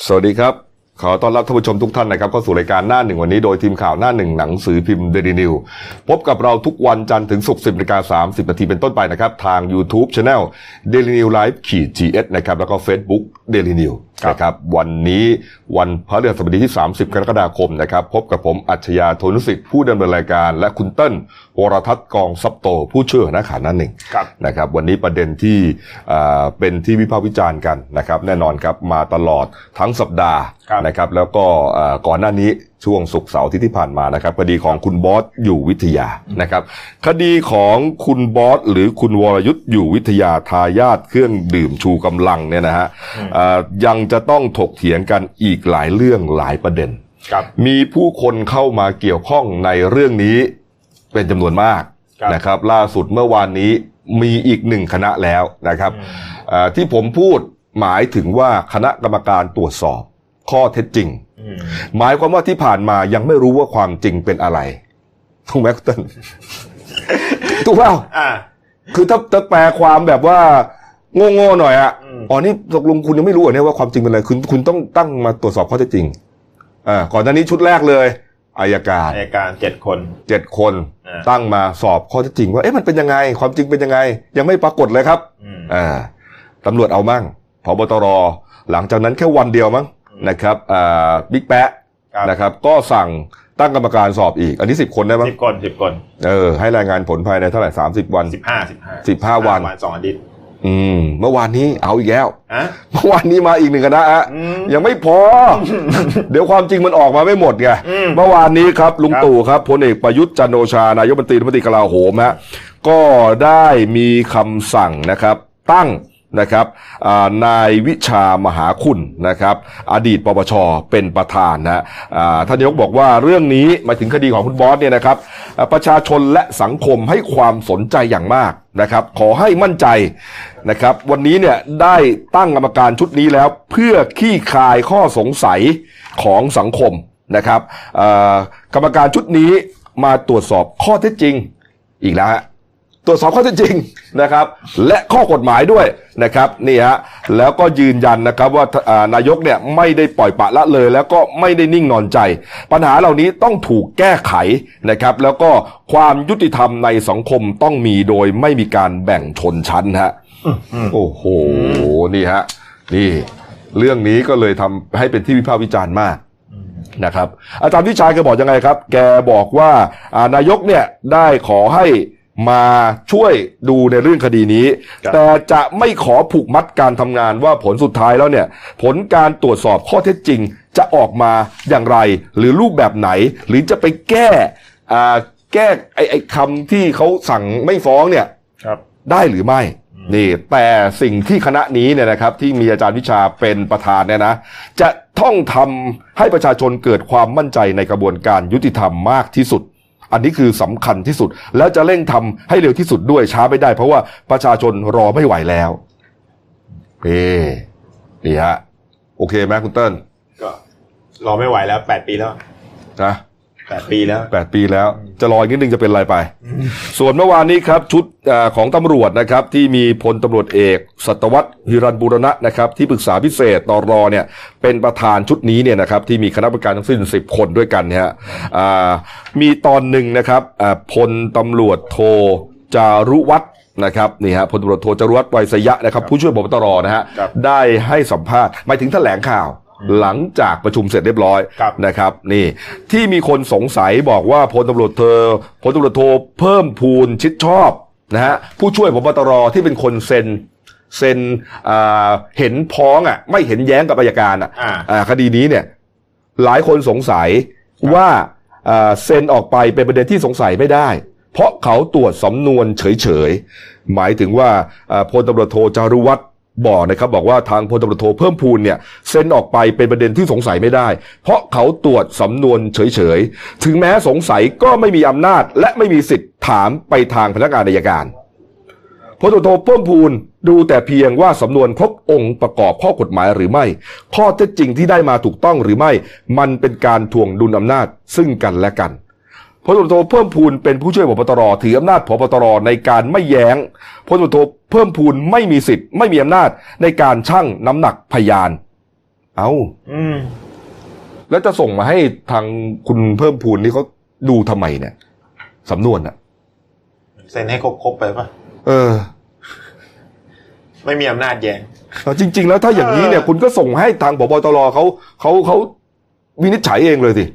สวัสดีครับขอต้อนรับท่านผู้ชมทุกท่านนะครับเข้าสู่รายการหน้าหนึ่งวันนี้โดยทีมข่าวหน้าหนึ่งหนังสือพิมพ์ Daily News พบกับเราทุกวันจันทร์ถึงศุกร์ 10:30 น.เป็นต้นไปนะครับทาง YouTube Channel Daily News Live -GS นะครับแล้วก็ Facebook Daily News นะครับวันนี้วันพฤหัสบดีที่30 กรกฎาคมนะครับพบกับผมอัจฉริยะ โทนุสิทธิ์ผู้ดำเนินรายการและคุณเติ้ลวรทัศน์กองทรัพย์โตผู้ช่วยหัวหน้าข่าวหน้าหนึ่งนะครับวันนี้ประเด็นที่เป็นที่วิพากษ์วิจารณ์กันนะครับแน่นอนครับมาตลอดทั้งสัปดาห์นะครับแล้วก็ก่อนหน้านี้ช่วงศุกร์เสาร์ที่ผ่านมานะครับคดีของคุณบอสอยู่วิทยานะครับคดีของคุณบอสหรือคุณวรยุทธ์อยู่วิทยาทายาทเครื่องดื่มชูกำลังเนี่ยนะฮะยังจะต้องถกเถียงกันอีกหลายเรื่องหลายประเด็นมีผู้คนเข้ามาเกี่ยวข้องในเรื่องนี้เป็นจำนวนมากนะครับล่าสุดเมื่อวานนี้มีอีกหนึ่งคณะแล้วนะครับที่ผมพูดหมายถึงว่าคณะกรรมการตรวจสอบข้อเท็จจริงหมายความว่าที่ผ่านมายังไม่รู้ว่าความจริงเป็นอะไรถูกไหมคุณเติ้ลถูกเปล่าคือถ้าแปลความแบบว่าโง่ๆหน่อยอ๋อนี่ตกลงคุณยังไม่รู้เหรอเนี่ยว่าความจริงเป็นอะไรคุณต้องตั้งมาตรวจสอบข้อเท็จจริงก่อนหน้านี้ชุดแรกเลยอัยการ7 คนตั้งมาสอบข้อเท็จจริงว่ามันเป็นยังไงความจริงเป็นยังไงยังไม่ปรากฏเลยครับตำรวจเอามั่งผบตรหลังจากนั้นแค่วันเดียวมั้งนะครับบิ๊กแป๊ะนะครับก็สั่งตั้งกรรมการสอบอีกอันนี้10 คนได้มั้ย10 คนให้รายงานผลภายในเท่าไหร่30 วัน15 วัน 2 อาทิตย์เมื่อวานนี้เอาอีกแล้วเมื่อวานนี้มาอีกหนึ่งคณะยังไม่พอ เดี๋ยวความจริงมันออกมาไม่หมดไงเมื่อวานนี้ครับลุงตู่ครับพลเอกประยุทธ์จันทร์โอชานายกรัฐมนตรีกลาโหมก็ได้มีคำสั่งนะครับตั้งนะครับนายวิชามหาคุณนะครับอดีตปปชเป็นประธานนะท่านนายกบอกว่าเรื่องนี้หมายถึงคดีของคุณบอสเนี่ยนะครับประชาชนและสังคมให้ความสนใจอย่างมากนะครับขอให้มั่นใจนะครับวันนี้เนี่ยได้ตั้งกรรมการชุดนี้แล้วเพื่อคลี่คลายข้อสงสัยของสังคมนะครับกรรมการชุดนี้มาตรวจสอบข้อเท็จจริงอีกแล้วตรวจสอบข้อเท็จจริงนะครับและข้อกฎหมายด้วยนะครับนี่ฮะแล้วก็ยืนยันนะครับว่านายกเนี่ยไม่ได้ปล่อยปละละเลยแล้วก็ไม่ได้นิ่งนอนใจปัญหาเหล่านี้ต้องถูกแก้ไขนะครับแล้วก็ความยุติธรรมในสังคมต้องมีโดยไม่มีการแบ่งชนชั้นฮะโอ้โหนี่ฮะนี่เรื่องนี้ก็เลยทำให้เป็นที่วิพากษ์วิจารณ์มากนะครับอาจารย์วิชัยแกบอกยังไงครับแกบอกว่านายกเนี่ยได้ขอให้มาช่วยดูในเรื่องคดีนี้แต่จะไม่ขอผูกมัดการทำงานว่าผลสุดท้ายแล้วเนี่ยผลการตรวจสอบข้อเท็จจริงจะออกมาอย่างไรหรือรูปแบบไหนหรือจะไปแก้ไอ้คำที่เขาสั่งไม่ฟ้องเนี่ยได้หรือไม่นี่แต่สิ่งที่คณะนี้เนี่ยนะครับที่มีอาจารย์วิชาเป็นประธานเนี่ยนะจะต้องทำให้ประชาชนเกิดความมั่นใจในกระบวนการยุติธรรมมากที่สุดอันนี้คือสำคัญที่สุดแล้วจะเร่งทำให้เร็วที่สุดด้วยช้าไม่ได้เพราะว่าประชาชนรอไม่ไหวแล้วนี่ฮะโอเคไหมคุณเติ้ลก็รอไม่ไหวแล้ว8 ปีแล้วนะ 8 ปีแล้วจะรออีกนิดนึงจะเป็นไรไปส่วนเมื่อวานนี้ครับชุดของตำรวจนะครับที่มีพลตำรวจเอกสัตวัฒน์หิรัญบูรณะนะครับที่ปรึกษาพิเศษตร.เนี่ยเป็นประธานชุดนี้เนี่ยนะครับที่มีคณะกรรมการทั้งสิ้น10 คนด้วยกันเนี่ยมีตอนหนึ่งนะครับพลตำรวจโทจารุวัฒน์นะครับนี่ฮะพลตำรวจโทจารุวัฒน์ไวยสยะนะครับผู้ช่วยผบ.ตร.นะฮะได้ให้สัมภาษณ์หมายถึงแถลงข่าวหลังจากประชุมเสร็จเรียบร้อยนะครับนี่ที่มีคนสงสัยบอกว่าพลตำรวจโทเพิ่มพูนชิดชอบนะฮะผู้ช่วยผบ.ตร.ที่เป็นคนเซ็นเห็นพ้องไม่เห็นแย้งกับอัยการคดีนี้เนี่ยหลายคนสงสัยว่าเซ็นออกไปเป็นประเด็นที่สงสัยไม่ได้เพราะเขาตรวจสำนวนเฉยๆหมายถึงว่าพลตำรวจโทจารุวัฒน์บอกนะครับบอกว่าทางพลตำรวจโทเพิ่มพูนเนี่ยเซ็นออกไปเป็นประเด็นที่สงสัยไม่ได้เพราะเขาตรวจสำนวนเฉยๆถึงแม้สงสัยก็ไม่มีอำนาจและไม่มีสิทธิ์ถามไปทางพนักงานอัยการพลตำรวจโทเพิ่มพูนดูแต่เพียงว่าสำนวนครบองค์ประกอบข้อกฎหมายหรือไม่ข้อเท็จจริงที่ได้มาถูกต้องหรือไม่มันเป็นการถ่วงดุลอำนาจซึ่งกันและกันพลตำรวจโทเพิ่มพูนเป็นผู้ช่วยผบ.ตร.ถืออำนาจผบ.ตร.ในการไม่แย้งพลตำรวจโทเพิ่มพูนไม่มีสิทธิ์ไม่มีอำนาจในการชั่งน้ำหนักพยานแล้วจะส่งมาให้ทางคุณเพิ่มพูนนี่เขาดูทำไมเนี่ยสำนวนอะเซ็นให้ครบไปป่ะไม่มีอำนาจแย้งจริงๆแล้วถ้าอย่างนี้เนี่ยคุณก็ส่งให้ทางผบ.ตร.เขาวินิจฉัยเองเลยสิ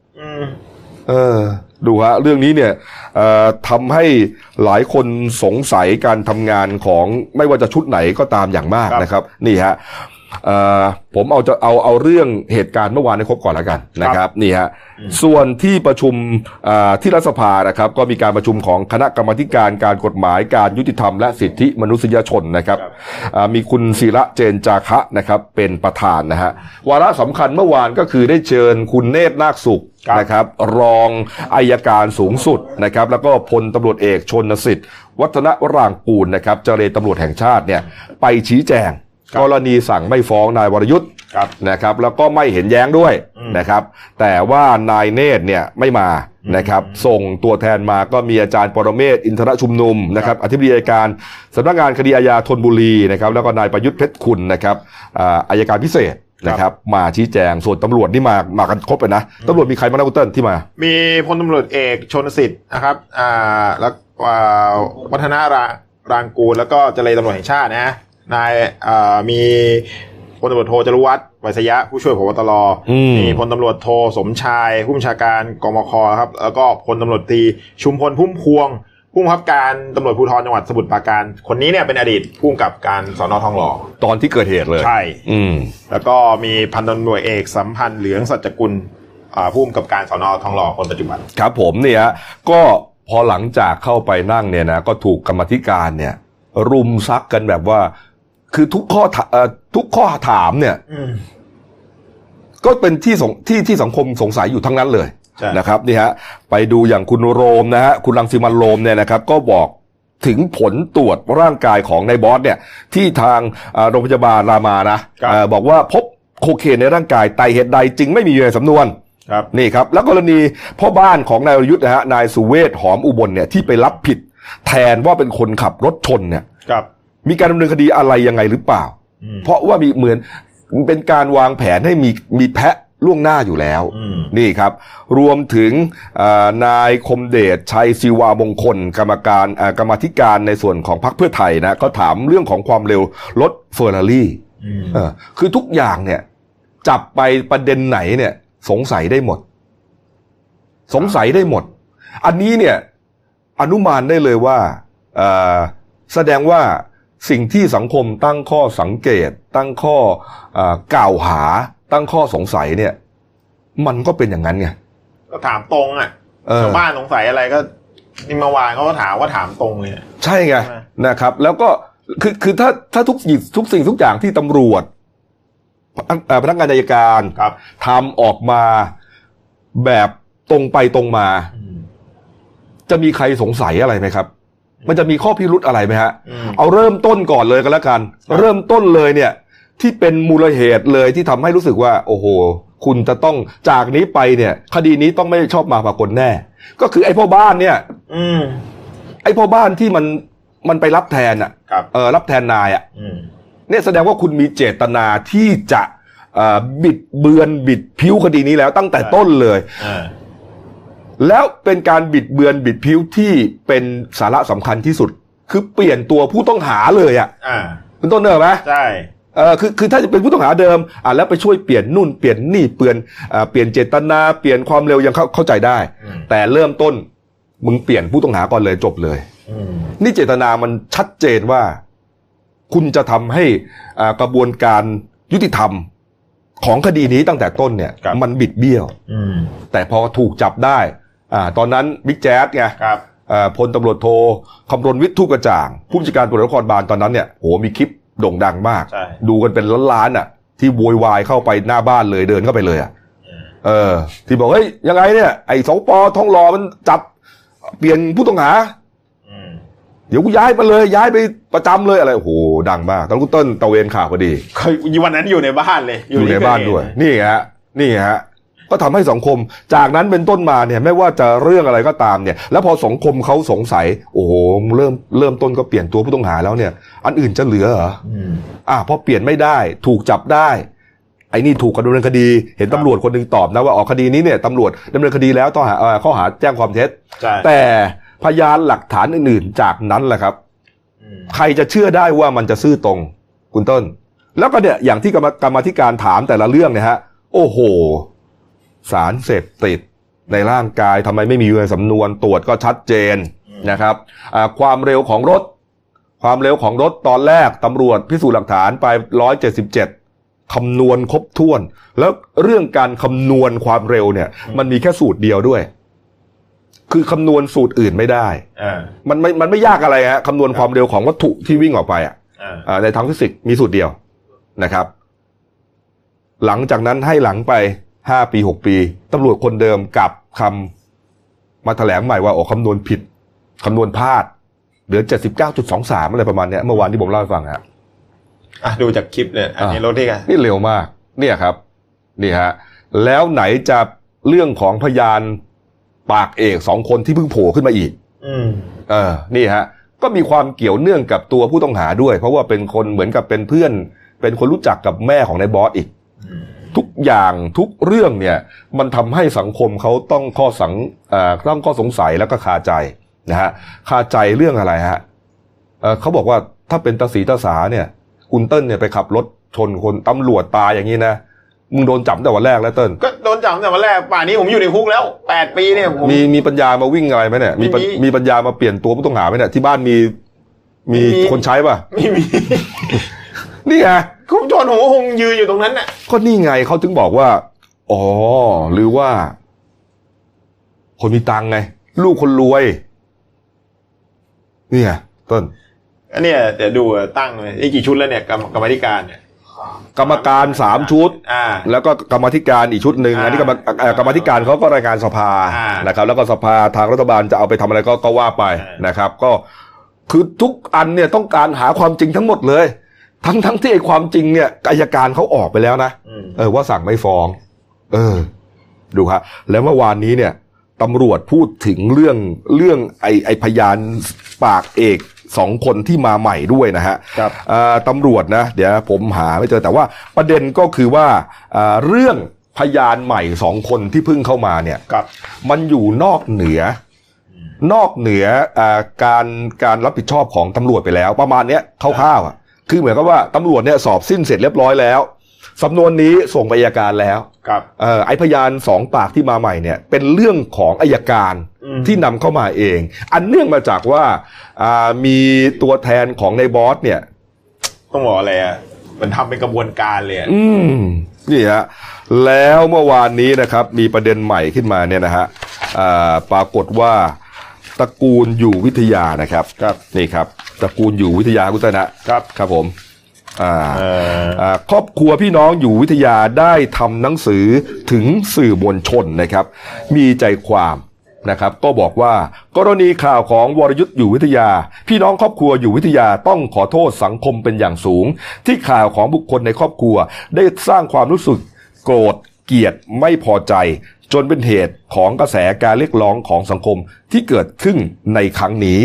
ดูฮะเรื่องนี้เนี่ยทำให้หลายคนสงสัยการทำงานของไม่ว่าจะชุดไหนก็ตามอย่างมากนะครับนี่ฮะผมเอาเรื่องเหตุการณ์เมื่อวานให้ครบก่อนแล้วกันนะครับนี่ฮะส่วนที่ประชุมที่รัฐสภานะครับก็มีการประชุมของคณะกรรมาธิการการกฎหมายการยุติธรรมและสิทธิมนุษยชนนะครับมีคุณศิระเจนจาคะนะครับเป็นประธานนะฮะวาระสำคัญเมื่อวานก็คือได้เชิญคุณเนตรนาคสุขนะครับรองอัยการสูงสุดนะครับแล้วก็พลตำรวจเอกชนสิทธิ์วัฒนวรางกูลนะครับเจรตำรวจแห่งชาติเนี่ยไปชี้แจงกรณีสั่งไม่ฟ้องนายวรยุทธ์นะครับแล้วก็ไม่เห็นแย้งด้วยนะครับแต่ว่านายเนตรเนี่ยไม่มานะครับส่งตัวแทนมาก็มีอาจารย์ปรเมศวร์อินทรชุมนุมนะครับอธิบดีอัยการสำนักงานคดีอาญาธนบุรีนะครับแล้วก็นายประยุทธ์เพชรคุณนะครับอัยการพิเศษนะครับมาชี้แจงส่วนตำรวจนี่มากันครบเลยนะตำรวจมีใครบ้างนะคุณเติ้ลที่มามีพลตำรวจเอกชนสิทธิ์นะครับแล้ววัฒนรางกูลแล้วก็เจรตำรวจแห่งชาตินะนายมีพลตำรวจโทจรุวัฒน์ไวยสยะผู้ช่วยผบ.ตร.มีพลตำรวจโทสมชายผู้บัญชาการกมค.ครับแล้วก็พลตำรวจตรีชุมพลพุ่มพวงผู้บังคับการตำรวจภูธรจังหวัดสมุทรปราการคนนี้เนี่ยเป็นอดีตผู้กำกับการสน.ทองหล่อตอนที่เกิดเหตุเลยใช่แล้วก็มีพันตำรวจเอกสัมพันธ์เหลืองสัจกุลผู้กำกับการสน.ทองหล่อคนปัจจุบันครับผมเนี่ยก็พอหลังจากเข้าไปนั่งเนี่ยนะก็ถูกกรรมาธิการเนี่ยรุมซักกันแบบว่าคือทุกข้อถามเนี่ยก็เป็นที่สังคมสงสัยอยู่ทั้งนั้นเลยนะครับนี่ฮะไปดูอย่างคุณโรมนะฮะคุณรังสิมันต์โรมเนี่ยนะครับก็บอกถึงผลตรวจร่างกายของนายบอสเนี่ยที่ทางโรงพยาบาลรามานะบอกว่าพบโคเคนในร่างกายแต่เหตุใดจึงไม่มีอยู่ในสำนวนนี่ครับแล้วกรณีพ่อบ้านของนายวรยุทธ์นะฮะนายสุเวชหอมอุบลเนี่ยที่ไปรับผิดแทนว่าเป็นคนขับรถชนเนี่ยมีการดำเนินคดีอะไรยังไงหรือเปล่าเพราะว่ามีเหมือนเป็นการวางแผนให้มีแพะล่วงหน้าอยู่แล้วนี่ครับรวมถึงนายคมเดชชัยศิวามงคลกรรมาธิการในส่วนของพรรคเพื่อไทยนะก็ถามเรื่องของความเร็วรถเฟอร์รารี่คือทุกอย่างเนี่ยจับไปประเด็นไหนเนี่ยสงสัยได้หมดอันนี้เนี่ยอนุมานได้เลยว่าแสดงว่าสิ่งที่สังคมตั้งข้อสังเกตตั้งข้อกล่าวหาตั้งข้อสงสัยเนี่ยมันก็เป็นอย่างนั้นไงก็ถามตรงอ่ะชาวบ้านสงสัยอะไรก็นี่เมื่อวานเขาก็ถามตรงเลยใช่ไงนะครับแล้วก็คือถ้าทุกสิ่งทุกอย่างที่ตำรวจพนักงานอัยการทำออกมาแบบตรงไปตรงมาจะมีใครสงสัยอะไรไหมครับมันจะมีข้อพิรุธอะไรไหมฮะเอาเริ่มต้นก่อนเลยก็แล้วกันเริ่มต้นเลยเนี่ยที่เป็นมูลเหตุเลยที่ทำให้รู้สึกว่าโอ้โหคุณจะต้องจากนี้ไปเนี่ยคดีนี้ต้องไม่ชอบมาพากลแน่ก็คือไอ้พ่อบ้านเนี่ยไอ้พ่อบ้านที่มันไปรับแทนอ่ะรับแทนนายอ่ะเนี่ยแสดงว่าคุณมีเจตนาที่จะบิดเบือนบิดผิวคดีนี้แล้วตั้งแต่ต้นเลยแล้วเป็นการบิดเบือนบิดผิวที่เป็นสาระสำคัญที่สุดคือเปลี่ยนตัวผู้ต้องหาเลยอ่ะเป็นต้นเนอะไหมใช่คือถ้าจะเป็นผู้ต้องหาเดิมแล้วไปช่วยเปลี่ยนนู่นเปลี่ยนนี่เปลี่ยนเจตนาเปลี่ยนความเร็วยังเข้าใจได้แต่เริ่มต้นมึงเปลี่ยนผู้ต้องหาก่อนเลยจบเลยนี่เจตนามันชัดเจนว่าคุณจะทำให้กระบวนการยุติธรรมของคดีนี้ตั้งแต่ต้นเนี่ยมันบิดเบี้ยวแต่พอถูกจับได้ตอนนั้นบิ๊กแจ๊สไงพลตำรวจโทคำรณวิทย์ทูปกระจ่างผู้บัญชาการตำรวจนครบาลตอนนั้นเนี่ยโหมีคลิปโด่งดังมากดูกันเป็นล้านๆอ่ะที่โวยวายเข้าไปหน้าบ้านเลยเดินเข้าไปเลยอ่ะที่บอกเฮ้ยยังไงเนี่ยไอ้สป.ทองหล่อมันจับเปลี่ยนผู้ต้องหาเดี๋ยวกูย้ายไปเลยย้ายไปประจำเลยอะไรโอ้โหดังมากตอนคุณต้นตะเวนข่าวพอดีวันนั้นอยู่ในบ้านเลยอยู่ในบ้านด้วยนี่ฮะก็ทำให้สังคมจากนั้นเป็นต้นมาเนี่ยไม่ว่าจะเรื่องอะไรก็ตามเนี่ยแล้วพอสังคมเขาสงสัยโอ้โหเริ่มต้นก็เปลี่ยนตัวผู้ต้องหาแล้วเนี่ยอันอื่นจะเหลือเหรอพอเปลี่ยนไม่ได้ถูกจับได้อ้นี่ถูกดำเนินคดีเห็นตำรวจคนนึงตอบนะว่าคดีนี้เนี่ยตำรวจดำเนินคดีแล้วต้องหาข้อหาแจ้งความเท็จแต่พยานหลักฐานอื่นๆจากนั้นแหละครับใครจะเชื่อได้ว่ามันจะซื่อตรงคุณต้นแล้วก็เนี่ยอย่างที่กรรมาธิการถามแต่ละเรื่องเนี่ยฮะโอ้โหสารเสพติดในร่างกายทำไมไม่มีอยู่ในสำนวนตรวจก็ชัดเจนนะครับความเร็วของรถตอนแรกตำรวจพิสูจน์หลักฐานไป177คำนวณครบถ้วนแล้วเรื่องการคำนวณความเร็วเนี่ยมันมีแค่สูตรเดียวด้วยคือคำนวณสูตรอื่นไม่ได้มันไม่ยากอะไรฮะคำนวณความเร็วของวัตถุที่วิ่งออกไปในทางฟิสิกส์มีสูตรเดียวนะครับหลังจากนั้นให้หลังไป5 ปี 6 ปีตำรวจคนเดิมกลับคำมาแถลงใหม่ว่าคำนวณผิดคำนวณพลาดเหลือ 79.23 อะไรประมาณนี้เมื่อวานที่ผมเล่าให้ฟังฮะดูจากคลิปเนี่ยอันนี้รถที่กันนี่เร็วมากเนี่ยครับนี่ฮะแล้วไหนจะเรื่องของพยานปากเอก2 คนที่เพิ่งโผล่ขึ้นมาอีกนี่ฮะก็มีความเกี่ยวเนื่องกับตัวผู้ต้องหาด้วยเพราะว่าเป็นคนเหมือนกับเป็นเพื่อนเป็นคนรู้จักกับแม่ของนายบอสอีกทุกอย่างทุกเรื่องเนี่ยมันทำให้สังคมเขาต้องข้อสงสัยแล้วก็คาใจนะฮะคาใจเรื่องอะไรฮะเขาบอกว่าถ้าเป็นตาสีตาสาเนี่ยคุณเติ้ลเนี่ยไปขับรถชนคนตำรวจตายอย่างนี้นะมึงโดนจับแต่วันแรกแล้วเติ้ลก็โดนจับแต่วันแรกป่านนี้ผมอยู่ในคุกแล้ว8 ปีเนี่ยมีปัญญามาวิ่งอะไรไหมเนี่ยมีปัญญามาเปลี่ยนตัวผู้ต้องหาไหมเนี่ยที่บ้านมีคนใช้ป่ะไม่มีนี่ไงคุกโจรหัวคงยืนอยู่ตรงนั้นน่ะก็นี่ไงเขาถึงบอกว่าหรือว่าคนมีตังค์ไงลูกคนรวยนี่ไงต้นอันนี้เดี๋ยวดูตั้งเลยนี่กี่ชุดแล้วเนี่ยกรรมธิการเนี่ยกรรมการ3 ชุดแล้วก็กรรมธิการอีกชุดหนึ่งอันนี้กรรมธิการเขาก็รายงานสภานะครับแล้วก็สภาทางรัฐบาลจะเอาไปทำอะไรก็ว่าไปนะครับก็คือทุกอันเนี่ยต้องการหาความจริงทั้งหมดเลยทั้งที่ไอ้ความจริงเนี่ยอัยการเขาออกไปแล้วนะว่าสั่งไม่ฟ้องดูครับแล้วเมื่อวานนี้เนี่ยตำรวจพูดถึงเรื่องไอ้พยานปากเอก2 คนที่มาใหม่ด้วยนะฮะตำรวจนะเดี๋ยวผมหาไม่เจอแต่ว่าประเด็นก็คือว่าเรื่องพยานใหม่2 คนที่เพิ่งเข้ามาเนี่ยมันอยู่นอกเหนือการรับผิดชอบของตำรวจไปแล้วประมาณเนี้ยคร่าวๆคือเหมือนกับว่าตำรวจเนี่ยสอบสิ้นเสร็จเรียบร้อยแล้วสำนวนนี้ส่งไปอัยการแล้วไอ้พยาน2 ปากที่มาใหม่เนี่ยเป็นเรื่องของอัยการที่นำเข้ามาเองอันเนื่องมาจากว่ามีตัวแทนของในบอสเนี่ยต้องบอกอะไรมันทำเป็นกระบวนการเลยนี่ฮะแล้วเมื่อวานนี้นะครับมีประเด็นใหม่ขึ้นมาเนี่ยนะฮะปรากฏว่าตระกูลอยู่วิทยานะครับนี่ครับตระกูลอยู่วิทยาคุณตนะครับผมครอบครัวพี่น้องอยู่วิทยาได้ทำหนังสือถึงสื่อมวลชนนะครับมีใจความนะครับก็บอกว่ากรณีข่าวของวรยุทธ์อยู่วิทยาพี่น้องครอบครัวอยู่วิทยาต้องขอโทษสังคมเป็นอย่างสูงที่ข่าวของบุคคลในครอบครัวได้สร้างความรู้สึกโกรธเกลียดไม่พอใจจนเป็นเหตุของกระแสการเรียกร้องของสังคมที่เกิดขึ้นในครั้งนี้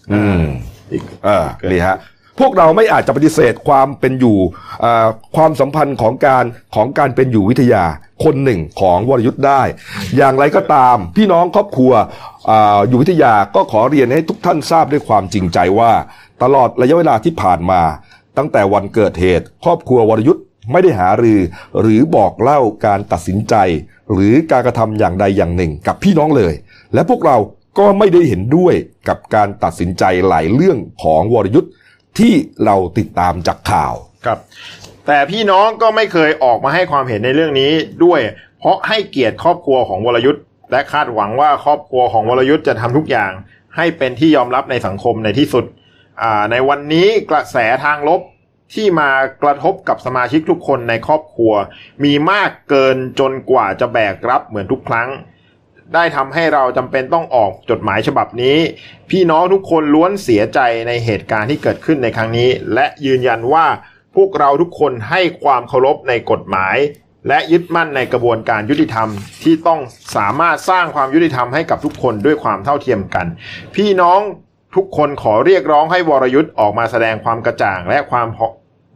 นี่ฮะพวกเราไม่อาจจะปฏิเสธความเป็นอยู่ความสัมพันธ์ของการเป็นอยู่วิทยาคนหนึ่งของวรยุทธ์ได้อย่างไรก็ตามพี่น้องครอบครัวอยู่วิทยาก็ขอเรียนให้ทุกท่านทราบด้วยความจริงใจว่าตลอดระยะเวลาที่ผ่านมาตั้งแต่วันเกิดเหตุครอบครัววรยุทธ์ไม่ได้หารือหรือบอกเล่าการตัดสินใจหรือการกระทำอย่างใดอย่างหนึ่งกับพี่น้องเลยและพวกเราก็ไม่ได้เห็นด้วยกับการตัดสินใจหลายเรื่องของวรยุทธ์ที่เราติดตามจากข่าวครับแต่พี่น้องก็ไม่เคยออกมาให้ความเห็นในเรื่องนี้ด้วยเพราะให้เกียรติครอบครัวของวรยุทธ์และคาดหวังว่าครอบครัวของวรยุทธ์จะทำทุกอย่างให้เป็นที่ยอมรับในสังคมในที่สุดในวันนี้กระแสทางลบที่มากระทบกับสมาชิกทุกคนในครอบครัวมีมากเกินจนกว่าจะแบกรับเหมือนทุกครั้งได้ทำให้เราจำเป็นต้องออกจดหมายฉบับนี้พี่น้องทุกคนล้วนเสียใจในเหตุการณ์ที่เกิดขึ้นในครั้งนี้และยืนยันว่าพวกเราทุกคนให้ความเคารพในกฎหมายและยึดมั่นในกระบวนการยุติธรรมที่ต้องสามารถสร้างความยุติธรรมให้กับทุกคนด้วยความเท่าเทียมกันพี่น้องทุกคนขอเรียกร้องให้วรยุทธ์ออกมาแสดงความกระจ่างและความ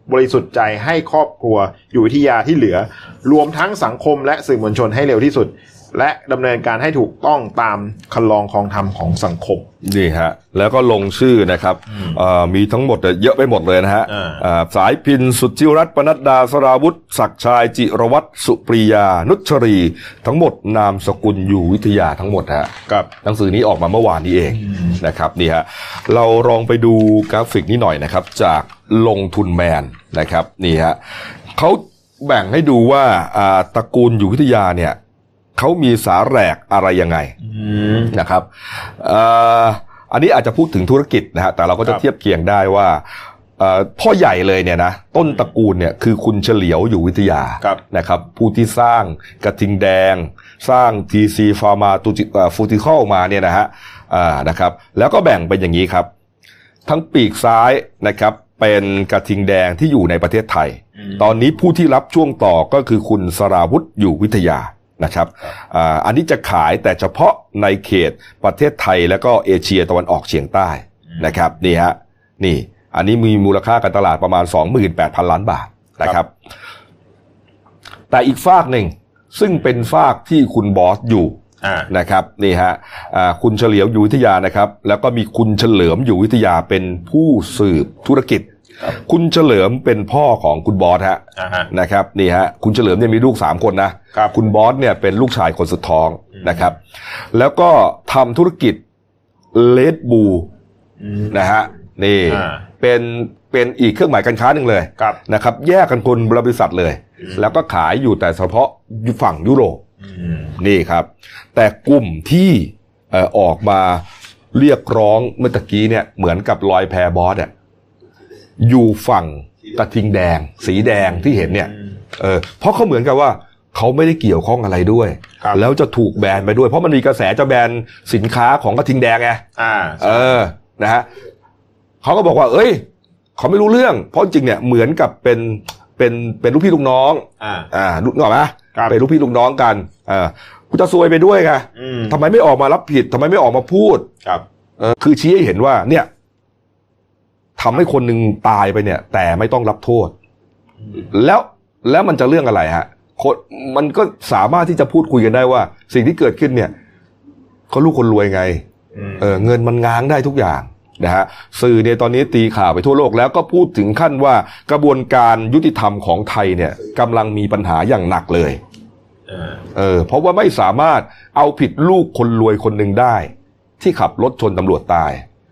บริสุทธิ์ใจให้ครอบครัวอยู่วิทยาที่เหลือรวมทั้งสังคมและสื่อมวลชนให้เร็วที่สุดและดำเนินการให้ถูกต้องตามคันลองครองธรรมของสังคมนี่ฮะแล้วก็ลงชื่อนะครับมีทั้งหมดเยอะไปหมดเลยนะฮะสายพินสุทธิรัตน์ปนัดดาสราวุธศักดิ์ชายจิรวัตรสุปรียานุชรีทั้งหมดนามสกุลอยู่วิทยาทั้งหมดฮะครับหนังสือนี้ออกมาเมื่อวานนี้เองนะครับนี่ฮะเราลองไปดูกราฟิกนี้หน่อยนะครับจากลงทุนแมนนะครับนี่ฮะเขาแบ่งให้ดูว่าตระกูลอยู่วิทยาเนี่ยเขามีสาแหรกอะไรยังไงนะครับอันนี้อาจจะพูดถึงธุรกิจนะฮะแต่เราก็จะเทียบเคียงได้ว่าพ่อใหญ่เลยเนี่ยนะต้นตระกูลเนี่ยคือคุณเฉลียวอยู่วิทยานะครับผู้ที่สร้างกระทิงแดงสร้าง TC Pharmaceutical มาเนี่ยนะฮะนะครับแล้วก็แบ่งเป็นอย่างนี้ครับทั้งปีกซ้ายนะครับเป็นกระทิงแดงที่อยู่ในประเทศไทยตอนนี้ผู้ที่รับช่วงต่อก็คือคุณสราวุธอยู่วิทยานะครับอันนี้จะขายแต่เฉพาะในเขตประเทศไทยแล้วก็เอเชียตะวันออกเฉียงใต้นะครับนี่ฮะนี่อันนี้มีมูลค่าการตลาดประมาณ 28,000 ล้านบาทนะครับแต่อีกฝากหนึ่งซึ่งเป็นฝากที่คุณบอสอยู่นะครับนี่ฮะคุณเฉลียวอยู่วิทยานะครับแล้วก็มีคุณเฉลิมอยู่วิทยาเป็นผู้สืบธุรกิจคุณเฉลิมเป็นพ่อของคุณบอสฮะนะครับนี่ฮะคุณเฉลิมเนี่ยมีลูก3คนนะคุณบอสเนี่ยเป็นลูกชายคนสุดท้องนะครับแล้วก็ทำธุรกิจเลดบูนะฮะนี่เป็นอีกเครื่องหมายการค้าหนึ่งเลยนะครับแยกกันคนบริษัทเลยแล้วก็ขายอยู่แต่เฉพาะฝั่งยุโรปนี่ครับแต่กลุ่มที่ออกมาเรียกร้องเมื่อตะกี้เนี่ยเหมือนกับลอยแพบอสเนี่ยอยู่ฝั่งกระทิงแดงสีแดงที่เห็นเนี่ยเพราะเขาเหมือนกับว่าเขาไม่ได้เกี่ยวข้องอะไรด้วยแล้วจะถูกแบนไปด้วยเพราะมันมีกระแสจะแบนสินค้าของกระทิงแดงไงนะฮะเขาก็บอกว่าเขาไม่รู้เรื่องเพราะจริงเนี่ยเหมือนกับเป็นลูกพี่ลูกน้องรู้หรอไหมเป็นลูกพี่ลูกน้องกันกูจะซวยไปด้วยไงทำไมไม่ออกมารับผิดทำไมไม่ออกมาพูดคือชี้ให้เห็นว่าเนี่ยทำให้คนหนึ่งตายไปเนี่ยแต่ไม่ต้องรับโทษแล้วมันจะเรื่องอะไรฮะมันก็สามารถที่จะพูดคุยกันได้ว่าสิ่งที่เกิดขึ้นเนี่ยเขาลูกคนรวยไงเงินมันง้างได้ทุกอย่างนะฮะสื่อเนี่ยตอนนี้ตีข่าวไปทั่วโลกแล้วก็พูดถึงขั้นว่ากระบวนการยุติธรรมของไทยเนี่ยกำลังมีปัญหาอย่างหนักเลยเพราะว่าไม่สามารถเอาผิดลูกคนรวยคนหนึ่งได้ที่ขับรถชนตำรวจตาย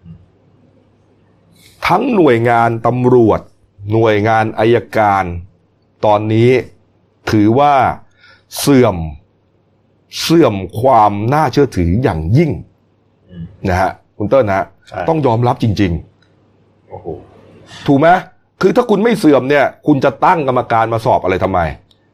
ทั้งหน่วยงานตำรวจหน่วยงานอัยการตอนนี้ถือว่าเสื่อมความน่าเชื่อถืออย่างยิ่งนะฮะคุณเติ้ลนะต้องยอมรับจริงๆถูกไหมคือถ้าคุณไม่เสื่อมเนี่ยคุณจะตั้งกรรมการมาสอบอะไรทำไม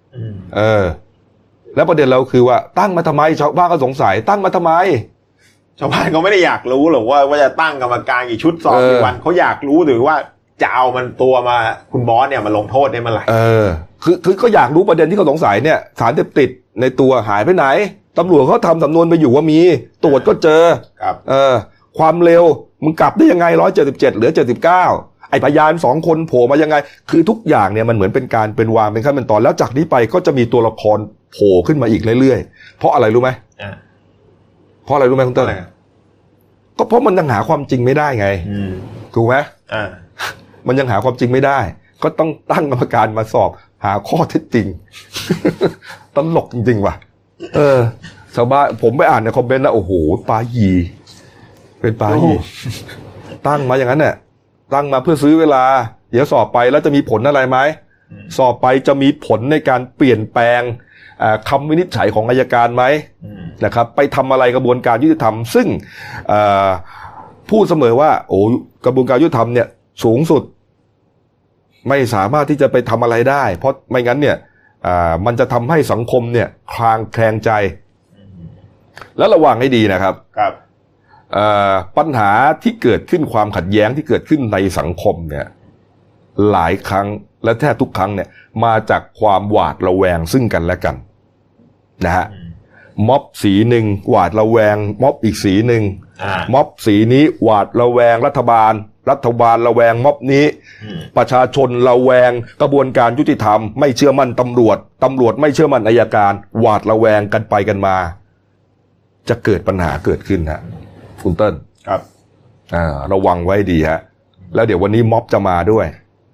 แล้วประเด็นเราคือว่าตั้งมาทำไมชาวบ้านก็สงสัยตั้งมาทำไมชาวบ้านเขาไม่ได้อยากรู้หรอกว่าจะตั้งกรรมการกี่ชุดสอบกี่วันเขาอยากรู้หรือว่าจะเอามันตัวมาคุณบอสเนี่ยมาลงโทษได้เมื่อไหร่คือก็อยากรู้ประเด็นที่เขาสงสัยเนี่ยสารเสพติดในตัวหายไปไหนตำรวจเขาทำสำนวนไปอยู่ว่ามีตรวจก็เจอความเร็วมึงกลับได้ยังไง177เหลือ79ไอ้พยาน2คนโผล่มายังไงคือทุกอย่างเนี่ยมันเหมือนเป็นการเป็นวางเป็นขั้นเป็นตอนแล้วจากนี้ไปก็จะมีตัวละครโผล่ขึ้นมาอีกเรื่อยๆเพราะอะไรรู้ไหมเพราะอะไรรู้ไหมคุณเต้นก็เพราะมันยังหาความจริงไม่ได้ไงถูกไหมมันยังหาความจริงไม่ได้ก็ต้องตั้งกรรมการมาสอบหาข้อเท็จจริงตลกจริงๆว่ะชาวบ้านผมไปอ่านในคอมเมนต์นะโอ้โหปาหีเป็นปาหีตั้งมาอย่างนั้นเนี่ยตั้งมาเพื่อซื้อเวลาเดี๋ยวสอบไปแล้วจะมีผลอะไรไหมสอบไปจะมีผลในการเปลี่ยนแปลงคำวินิจฉัยของอัยการไหมนะครับไปทำอะไรกระบวนการยุติธรรมซึ่งพูดเสมอว่าโอ้กระบวนการยุติธรรมเนี่ยสูงสุดไม่สามารถที่จะไปทำอะไรได้เพราะไม่งั้นเนี่ยมันจะทำให้สังคมเนี่ยคลางแคลงใจแล้วระวังให้ดีนะครับปัญหาที่เกิดขึ้นความขัดแย้งที่เกิดขึ้นในสังคมเนี่ยหลายครั้งและแทบทุกครั้งเนี่ยมาจากความหวาดระแวงซึ่งกันและกันนะฮะม็อบสีหนึ่งหวาดระแวงม็อบอีกสีหนึ่งม็อบสีนี้หวาดระแวงรัฐบาลรัฐบาลระแวงม็อบนี้ประชาชนระแวงกระบวนการยุติธรรมไม่เชื่อมั่นตำรวจไม่เชื่อมั่นอัยการหวาดระแวงกันไปกันมาจะเกิดปัญหาเกิดขึ้นฮะคุณเติ้ลครับระวังไว้ดีฮะแล้วเดี๋ยววันนี้ม็อบจะมาด้วย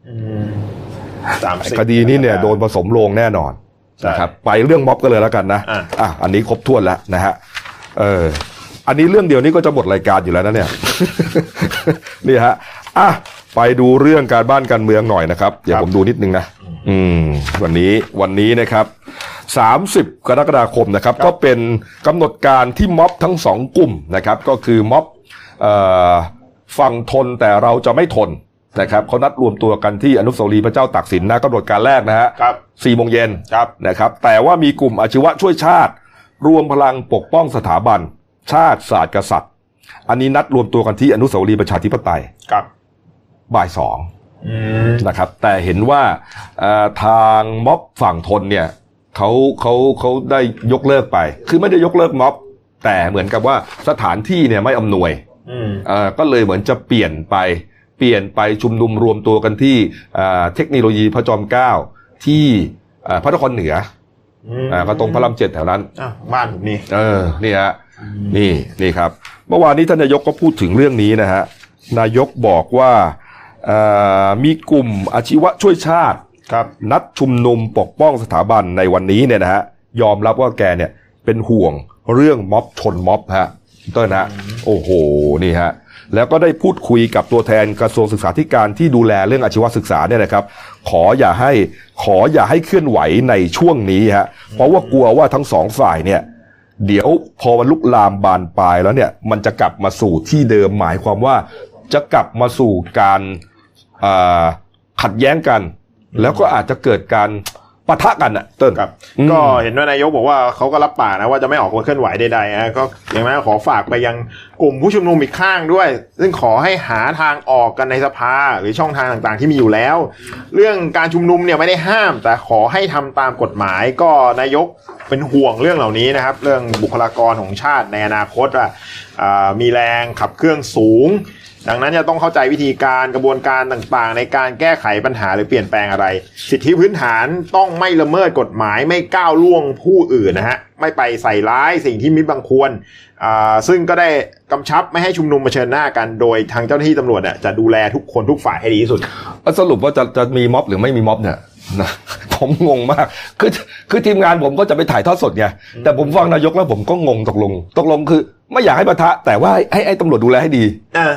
คดีนี้เนี่ยโดนผสมโรงแน่นอนนะครับไปเรื่องม็อบกันเลยแล้วกันนะอันนี้ครบถ้วนแล้วนะฮะอันนี้เรื่องเดียวนี้ก็จะหมดรายการอยู่แล้วนะเนี่ย นี่ฮะไปดูเรื่องการบ้านการเมืองหน่อยนะครับเดี๋ยวผมดูนิดนึงนะวันนี้นะครับ30 กรกฎาคมนะครับก็เป็นกำหนดการที่ม็อบทั้ง2กลุ่มนะครับก็คือม็อบฝั่งทนแต่เราจะไม่ทนนะครับเขานัดรวมตัวกันที่อนุสาวรีย์พระเจ้าตากสินนะกำหนดการแรกนะฮะ 4 โมงเย็นนะครับแต่ว่ามีกลุ่มอาชีวะช่วยชาติรวมพลังปกป้องสถาบันชาติศาสตร์กษัตริย์อันนี้นัดรวมตัวกันที่อนุสาวรีย์ประชาธิปไตยบ่าย 2นะครับแต่เห็นว่าทางม็อบฝั่งทนเนี่ยเขาได้ยกเลิกไปคือไม่ได้ยกเลิกม็อบแต่เหมือนกับว่าสถานที่เนี่ยไม่อำนวยก็เลยเหมือนจะเปลี่ยนไปชุมนุมรวมตัวกันที่เทคโนโลยีพระจอมเกล้าที่พระนครเหนือก็ตรงพระราม7แถวนั้นบ้านผมนี่นี่ฮะนี่ครับเมื่อวานนี้ท่านนายกก็พูดถึงเรื่องนี้นะฮะนายกบอกว่ามีกลุ่มอาชีวะช่วยชาตินัดชุมนุมปกป้องสถาบันในวันนี้เนี่ยนะฮะยอมรับว่าแกเนี่ยเป็นห่วงเรื่องม็อบชนม็อบฮะต้นฮะโอ้โหนี่ฮะแล้วก็ได้พูดคุยกับตัวแทนกระทรวงศึกษาธิการที่ดูแลเรื่องอาชีวศึกษาเนี่ยนะครับขออย่าให้เคลื่อนไหวในช่วงนี้ฮะเพราะว่ากลัวว่าทั้งสองฝ่ายเนี่ยเดี๋ยวพอมันลุกลามบานปลายแล้วเนี่ยมันจะกลับมาสู่ที่เดิมหมายความว่าจะกลับมาสู่การขัดแย้งกันแล้วก็อาจจะเกิดการปะทะกันอ่ะเติ้ลครับก็เห็นว่านายกบอกว่าเขาก็รับปากนะว่าจะไม่ออกมาเคลื่อนไหวใดๆนะก็อย่างนั้นขอฝากไปยังกลุ่มผู้ชุมนุมอีกข้างด้วยซึ่งขอให้หาทางออกกันในสภาหรือช่องทางต่างๆที่มีอยู่แล้วเรื่องการชุมนุมเนี่ยไม่ได้ห้ามแต่ขอให้ทำตามกฎหมายก็นายกเป็นห่วงเรื่องเหล่านี้นะครับเรื่องบุคลากรของชาติในอนาคตมีแรงขับเคลื่อนสูงดังนั้นจะต้องเข้าใจวิธีการกระบวนการต่างๆในการแก้ไขปัญหาหรือเปลี่ยนแปลงอะไรสิทธิพื้นฐานต้องไม่ละเมิดกฎหมายไม่ก้าวล่วงผู้อื่นนะฮะไม่ไปใส่ร้ายสิ่งที่มิบังควรซึ่งก็ได้กำชับไม่ให้ชุมนุมเผชิญหน้ากันโดยทางเจ้าหน้าที่ตำรวจจะดูแลทุกคนทุกฝ่ายให้ดีที่สุดสรุปว่าจะมีม็อบหรือไม่มีม็อบเนี่ยนะผมงงมากคือทีมงานผมก็จะไปถ่ายทอดสดไงแต่ผมฟังนายกแล้วผมก็งงตกลงคือไม่อยากให้ปะทะแต่ว่าให้ตำรวจดูแลให้ดี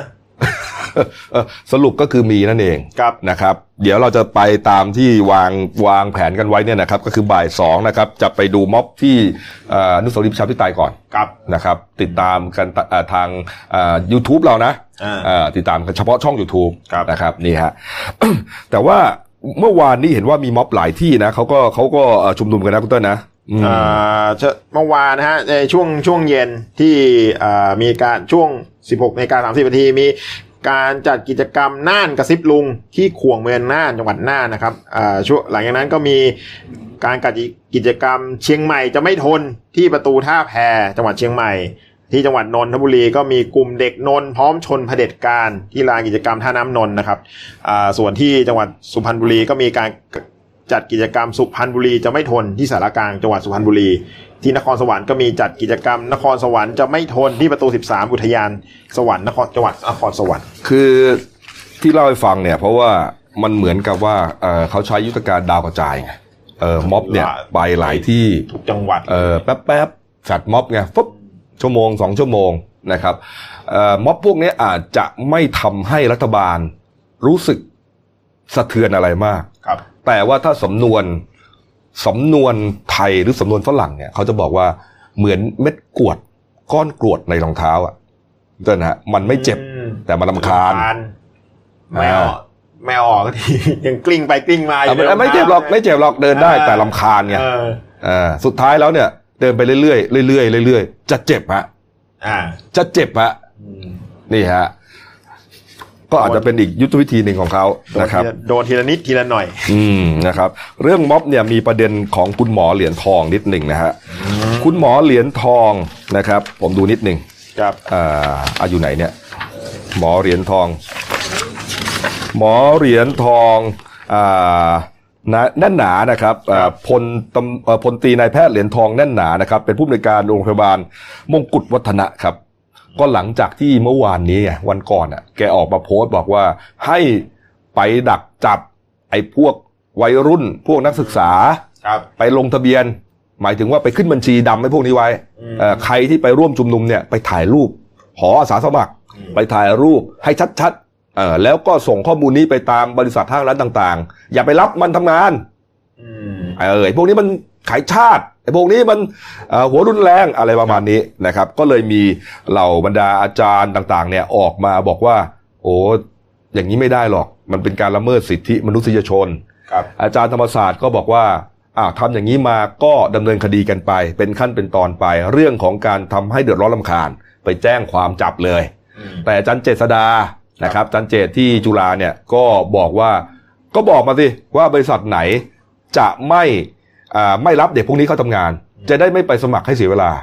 สรุปก็คือมีนั่นเองนะครับเดี๋ยวเราจะไปตามที่วางแผนกันไว้เนี่ยนะครับก็คือบ่าย 2นะครับจะไปดูม็อบที่อนุสาวรีย์ประชาธิปไตยก่อนนะครับติดตามกันทางYouTube เรานะติดตามกันเฉพาะช่อง YouTube นะครับนี่ฮะ แต่ว่าเมื่อวานนี้เห็นว่ามีม็อบหลายที่นะเขาก็ชุมนุมกันนะคุณเต้นนะเมื่อวานนะฮะในช่วงเย็นที่มีการช่วง 16:30 นาทีมีการจัดกิจกรรมน่านกระซิบลุงที่ขวงเมืองน่านจังหวัดน่านนะครับช่วงหลังจากนั้นก็มีการจัดกิจกรรมเชียงใหม่จะไม่ทนที่ประตูท่าแพจังหวัดเชียงใหม่ที่จังหวัดนนทบุรีก็มีกลุ่มเด็กนนท์พร้อมชนเผด็จการที่ลานกิจกรรมท่าน้ำนนท์นะครับส่วนที่จังหวัดสุพรรณบุรีก็มีการจัดกิจกรรมสุพรรณบุรีจะไม่ทนที่สารกลางจังหวัดสุพรรณบุรีที่นครสวรรค์ก็มีจัดกิจกรรมนครสวรรค์จะไม่ทนที่ประตู13อุทยานสวรรค์จังหวัดนครสวรรค์คือที่เล่าให้ฟังเนี่ยเพราะว่ามันเหมือนกับว่าเขาใช้ยุทธการดาวกระจายไงม็อบเนี่ยไปหลายที่ทุกจังหวัดแป๊บแฟดม็อบไงปุ๊บชั่วโมง2ชั่วโมงนะครับม็อบพวกนี้อาจจะไม่ทำให้รัฐบาลรู้สึกสะเทือนอะไรมากแต่ว่าถ้าสำนวนไทยหรือสำนวนฝรั่งเนี่ยเขาจะบอกว่าเหมือนเม็ดกรวดก้อนกรวดในรองเท้าอ่ะเจ้านะฮะมันไม่เจ็บแต่มันรำคาญไม่ออกทียังกลิ้งไปกลิ้งมาไม่เจ็บหรอกเดินได้แต่รำคาญไงสุดท้ายแล้วเนี่ยเดินไปเรื่อยๆจะเจ็บฮะนี่ฮะก็อาจจะเป็นอีกยุทธวิธีหนึ่งของเขานะครับโดนทีละนิดทีละหน่อยนะครับเรื่องม็อบเนี่ยมีประเด็นของคุณหมอเหรียญทองนิดหนึ่งนะฮะคุณหมอเหรียญทองนะครับผมดูนิดหนึ่งครับอยู่ไหนเนี่ยหมอเหรียญทองหมอเหรียญทองแน่นหนานะครับพลตรีนายแพทย์เหรียญทองแน่นหนานะครับเป็นผู้อำนวยการโรงพยาบาลมงกุฎวัฒนะครับก็หลังจากที่เมื่อวานนี้วันก่อนแกออกมาโพสต์บอกว่าให้ไปดักจับไอ้พวกวัยรุ่นพวกนักศึกษาไปลงทะเบียนหมายถึงว่าไปขึ้นบัญชีดำให้พวกนี้ไว้ใครที่ไปร่วมชุมนุมเนี่ยไปถ่ายรูปหออาสาสมัครไปถ่ายรูปให้ชัดๆแล้วก็ส่งข้อมูลนี้ไปตามบริษัทห้างร้านต่างๆอย่าไปรับมันทำงานไอ้พวกนี้มันขายชาติไอ้พวกนี้มันหัวรุนแรงอะไรประมาณนี้นะครับก็เลยมีเหล่าบรรดาอาจารย์ต่างๆเนี่ยออกมาบอกว่าโอ้อย่างนี้ไม่ได้หรอกมันเป็นการละเมิดสิทธิมนุษยชนอาจารย์ธรรมศาสตร์ก็บอกว่าทำอย่างนี้มาก็ดำเนินคดีกันไปเป็นขั้นเป็นตอนไปเรื่องของการทำให้เดือดร้อนรำคาญไปแจ้งความจับเลยแต่อาจารย์เจษฎานะครับอาจารย์เจตที่จุฬาเนี่ยก็บอกมาสิว่าบริษัทไหนจะไม่รับเด็กพวกนี้เข้าทำงานจะได้ไม่ไปสมัครให้เสียเวลา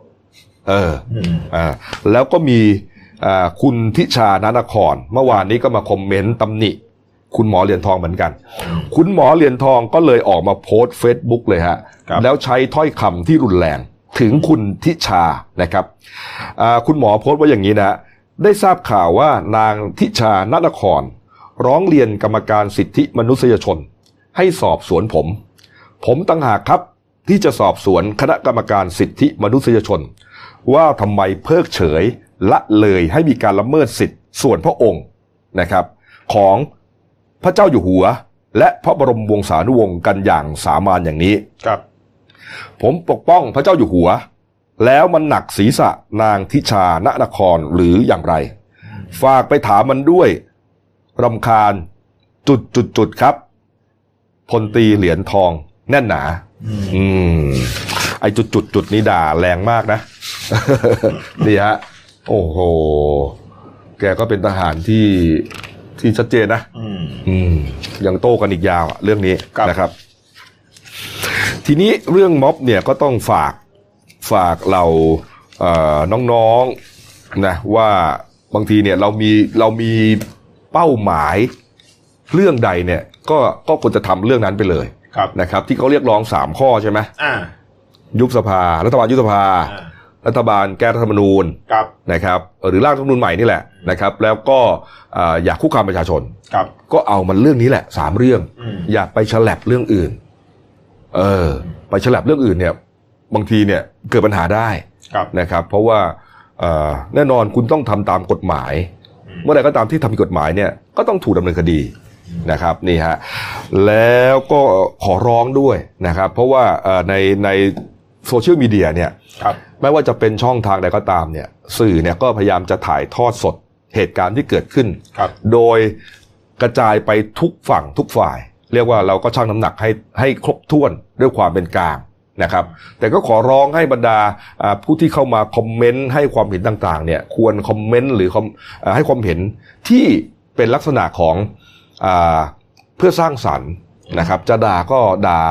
แล้วก็มีคุณทิชานานครเมื่อวานนี้ก็มาคอมเมนต์ตำหนิคุณหมอเหรียญทองเหมือนกันคุณหมอเหรียญทองก็เลยออกมาโพสต์ Facebook เลยฮะแล้วใช้ถ้อยคำที่รุนแรงถึงคุณทิชานะครับคุณหมอโพสต์ว่าอย่างนี้นะได้ทราบข่าวว่านางทิชานานครร้องเรียนกรรมการสิทธิมนุษยชนให้สอบสวนผมต่างหากครับที่จะสอบสวนคณะกรรมการสิทธิมนุษยชนว่าทำไมเพิกเฉยละเลยให้มีการละเมิดสิทธิส่วนพระองค์นะครับของพระเจ้าอยู่หัวและพระบรมวงศานุวงศ์กันอย่างสามัญอย่างนี้ครับผมปกป้องพระเจ้าอยู่หัวแล้วมันหนักศีรษะนางทิชานนครหรืออย่างไรฝากไปถามมันด้วยรำคาญจุดครับพลตรีเหรียญทองแน่นหนาไอ้จุดนี้ด่าแรงมากนะ นี่ฮะโอ้โหแกก็เป็นทหารที่ชัดเจนนะยังโต้กันอีกยาวเรื่องนี้นะครับทีนี้เรื่องม็อบเนี่ยก็ต้องฝากเราน้องๆนะว่าบางทีเนี่ยเรามีเป้าหมายเรื่องใดเนี่ยก็ควรจะทำเรื่องนั้นไปเลยนะครับที่เขาเรียกร้อง3ข้อใช่ไหมยุบสภารัฐบาลยุบสภารัฐบาลแก้รัฐธรรมนูญนะครับหรือร่างรัฐธรรมนูญใหม่นี่แหละนะครับแล้วก็อยากคุกคามประชาชนก็เอามันเรื่องนี้แหละ3เรื่องอย่าไปฉลับเรื่องอื่นไปฉลับเรื่องอื่นเนี่ยบางทีเนี่ยเกิดปัญหาได้นะครับเพราะว่าแน่นอนคุณต้องทำตามกฎหมายเมื่อใดก็ตามที่ทำผิดกฎหมายเนี่ยก็ต้องถูกดำเนินคดีนะครับนี่ฮะแล้วก็ขอร้องด้วยนะครับเพราะว่าในโซเชียลมีเดียเนี่ยไม่ว่าจะเป็นช่องทางใดก็ตามเนี่ยสื่อเนี่ยก็พยายามจะถ่ายทอดสดเหตุการณ์ที่เกิดขึ้นโดยกระจายไปทุกฝั่งทุกฝ่ายเรียกว่าเราก็ชั่งน้ำหนักให้ครบถ้วนด้วยความเป็นกลางนะครับแต่ก็ขอร้องให้บรรดาผู้ที่เข้ามาคอมเมนต์ให้ความเห็นต่างๆเนี่ยควรคอมเมนต์หรือให้ความเห็นที่เป็นลักษณะของเพื่อสร้างสรรค์นะครับจะด่าก็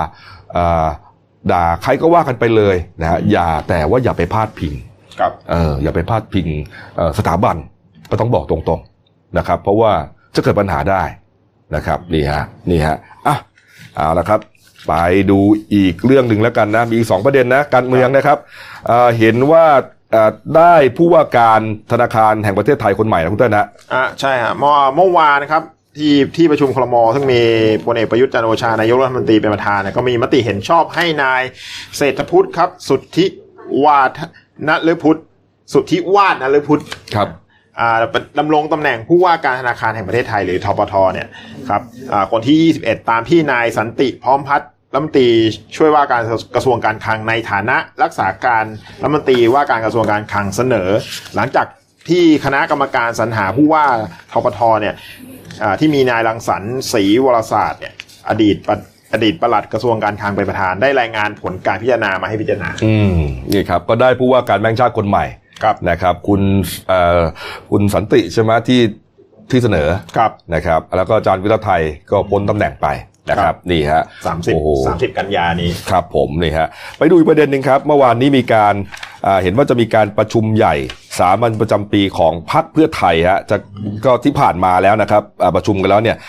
ด่าใครก็ว่ากันไปเลยนะฮะแต่ว่าอย่าไปพาดพิงอย่าไปพาดพิงสถาบันก็ต้องบอกตรงๆนะครับเพราะว่าจะเกิดปัญหาได้นะครับนี่ฮะเอาละครับไปดูอีกเรื่องหนึ่งแล้วกันนะมีอีก2ประเด็นนะการเมืองนะครับเห็นว่าได้ผู้ว่าการธนาคารแห่งประเทศไทยคนใหม่นะคุณเต้นนะใช่ฮะเมื่อวานนะครับที่ประชุมครม.ซึ่งมีพลเอกประยุทธ์จันทร์โอชานายกรัฐมนตรีเป็นประธานก็มีมติเห็นชอบให้นายเศรษฐพุทธครับสุทธิวาฒนฤพุทธสุทธิวาฒนฤพุทธครับดำรงตำแหน่งผู้ว่าการธนาคารแห่งประเทศไทยหรือธปทเนี่ยครับคนที่21ตามที่นายสันติพร้อมพัฒน์รัฐมนตรีช่วยว่าการกระทรวงการคลังในฐานะรักษาการรัฐมนตรีว่าการกระทรวงการคลังเสนอหลังจากที่คณะกรรมการสรรหาผู้ว่าธปทเนี่ยที่มีนายรังสรรค์ศรีวรศาสตร์เนี่ยอดีตปลัดกระทรวงการคลังเป็นประธานได้รายงานผลการพิจารณามาให้พิจารณานี่ครับก็ได้ผู้ว่าการแบงก์ชาติคนใหม่นะครับคุณสันติใช่ไหมที่เสนอนะครับแล้วก็อาจารย์วิรทัยก็พ้นตำแหน่งไปนะครับนี่ฮะ 30กันยานี้ครับผมนี่ฮะไปดูอีกประเด็นหนึ่งครับเมื่อวานนี้มีการเห็นว่าจะมีการประชุมใหญ่สามัญประจำปีของพรรคเพื่อไทยฮะก็ที่ผ่านมาแล้วนะครับประชุมกันแล้วเนี่ย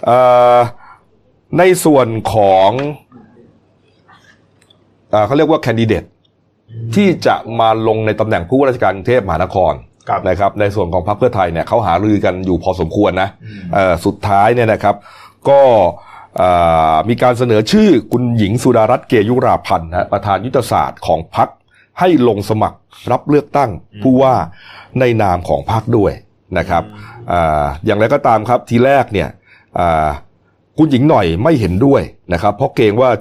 ในส่วนของเขาเรียกว่าแคนดิเดตที่จะมาลงในตำแหน่งผู้ว่าราชการกรุงเทพมหานครนะครับในส่วนของพรรคเพื่อไทยเนี่ยเขาหารือกันอยู่พอสมควรนะสุดท้ายเนี่ยนะครับก็มีการเสนอชื่อคุณหญิงสุดารัตน์เกยุราพันธ์ประธานยุทธศาสตร์ของพรรคให้ลงสมัครรับเลือกตั้งผู้ว่าในนามของพรรคด้วยนะครับอย่างไรก็ตามครับทีแรกเนี่ยคุณหญิงหน่อยไม่เห็นด้วยนะครับเพราะเกรงว่า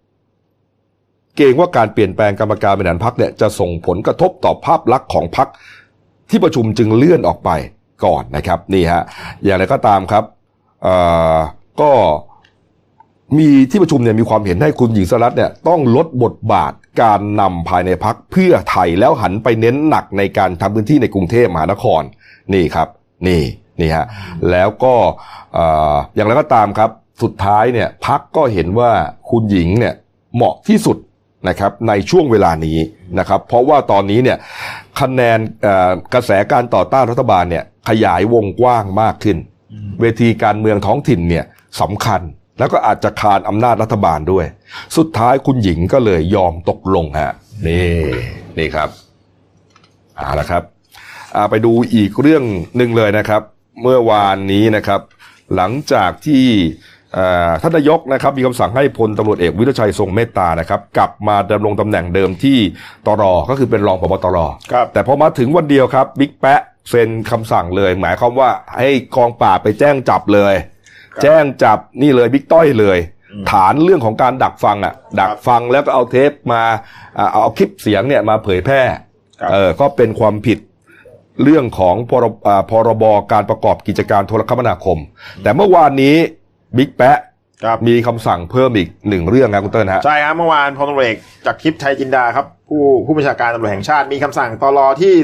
การเปลี่ยนแปลงกรรมการบริหารพรรคเนี่ยจะส่งผลกระทบต่อภาพลักษณ์ของพรรคที่ประชุมจึงเลื่อนออกไปก่อนนะครับนี่ฮะอย่างไรก็ตามครับก็มีที่ประชุมเนี่ยมีความเห็นให้คุณหญิงสุดารัตน์เนี่ยต้องลดบทบาทการนำภายในพรรคเพื่อไทยแล้วหันไปเน้นหนักในการทำพื้นที่ในกรุงเทพมหานครนี่ครับนี่ฮะแล้วก็อย่างไรก็ตามครับสุดท้ายเนี่ยพรรคก็เห็นว่าคุณหญิงเนี่ยเหมาะที่สุดนะครับในช่วงเวลานี้นะครับเพราะว่าตอนนี้เนี่ยคะแนนกระแสการต่อต้านรัฐบาลเนี่ยขยายวงกว้างมากขึ้นเวทีการเมืองท้องถิ่นเนี่ยสำคัญแล้วก็อาจจะคานอำนาจรัฐบาลด้วยสุดท้ายคุณหญิงก็เลยยอมตกลงฮะนี่ครับละครับไปดูอีกเรื่องหนึ่งเลยนะครับเมื่อวานนี้นะครับหลังจากที่ท่านนายกนะครับมีคำสั่งให้พลตำรวจเอกวิรชัยทรงเมตตานะครับกลับมาดำรงตำแหน่งเดิมที่ตร.ก็คือเป็นรองผบ.ตร.แต่พอมาถึงวันเดียวครับบิ๊กแป๊ะเซ็นคำสั่งเลยหมายความว่าให้กองปราบไปแจ้งจับเลยแจ้งจับนี่เลยบิ๊กต้อยเลยฐานเรื่องของการดักฟังดักฟังแล้วก็เอาเทปมาเอาคลิปเสียงเนี่ยมาเผยแพร่ก็เป็นความผิดเรื่องของพรบการประกอบกิจการโทรคมนาคมแต่เมื่อวานนี้บิ๊กแป๊ะมีคำสั่งเพิ่มอีกหนึ่งเรื่องนะคุณเติ้ลฮะใช่ครับเมื่อวานพลตำรวจเอกจากทิพย์ชัยจินดาครับผู้บัญชาการตำรวจแห่งชาติมีคำสั่งตลที่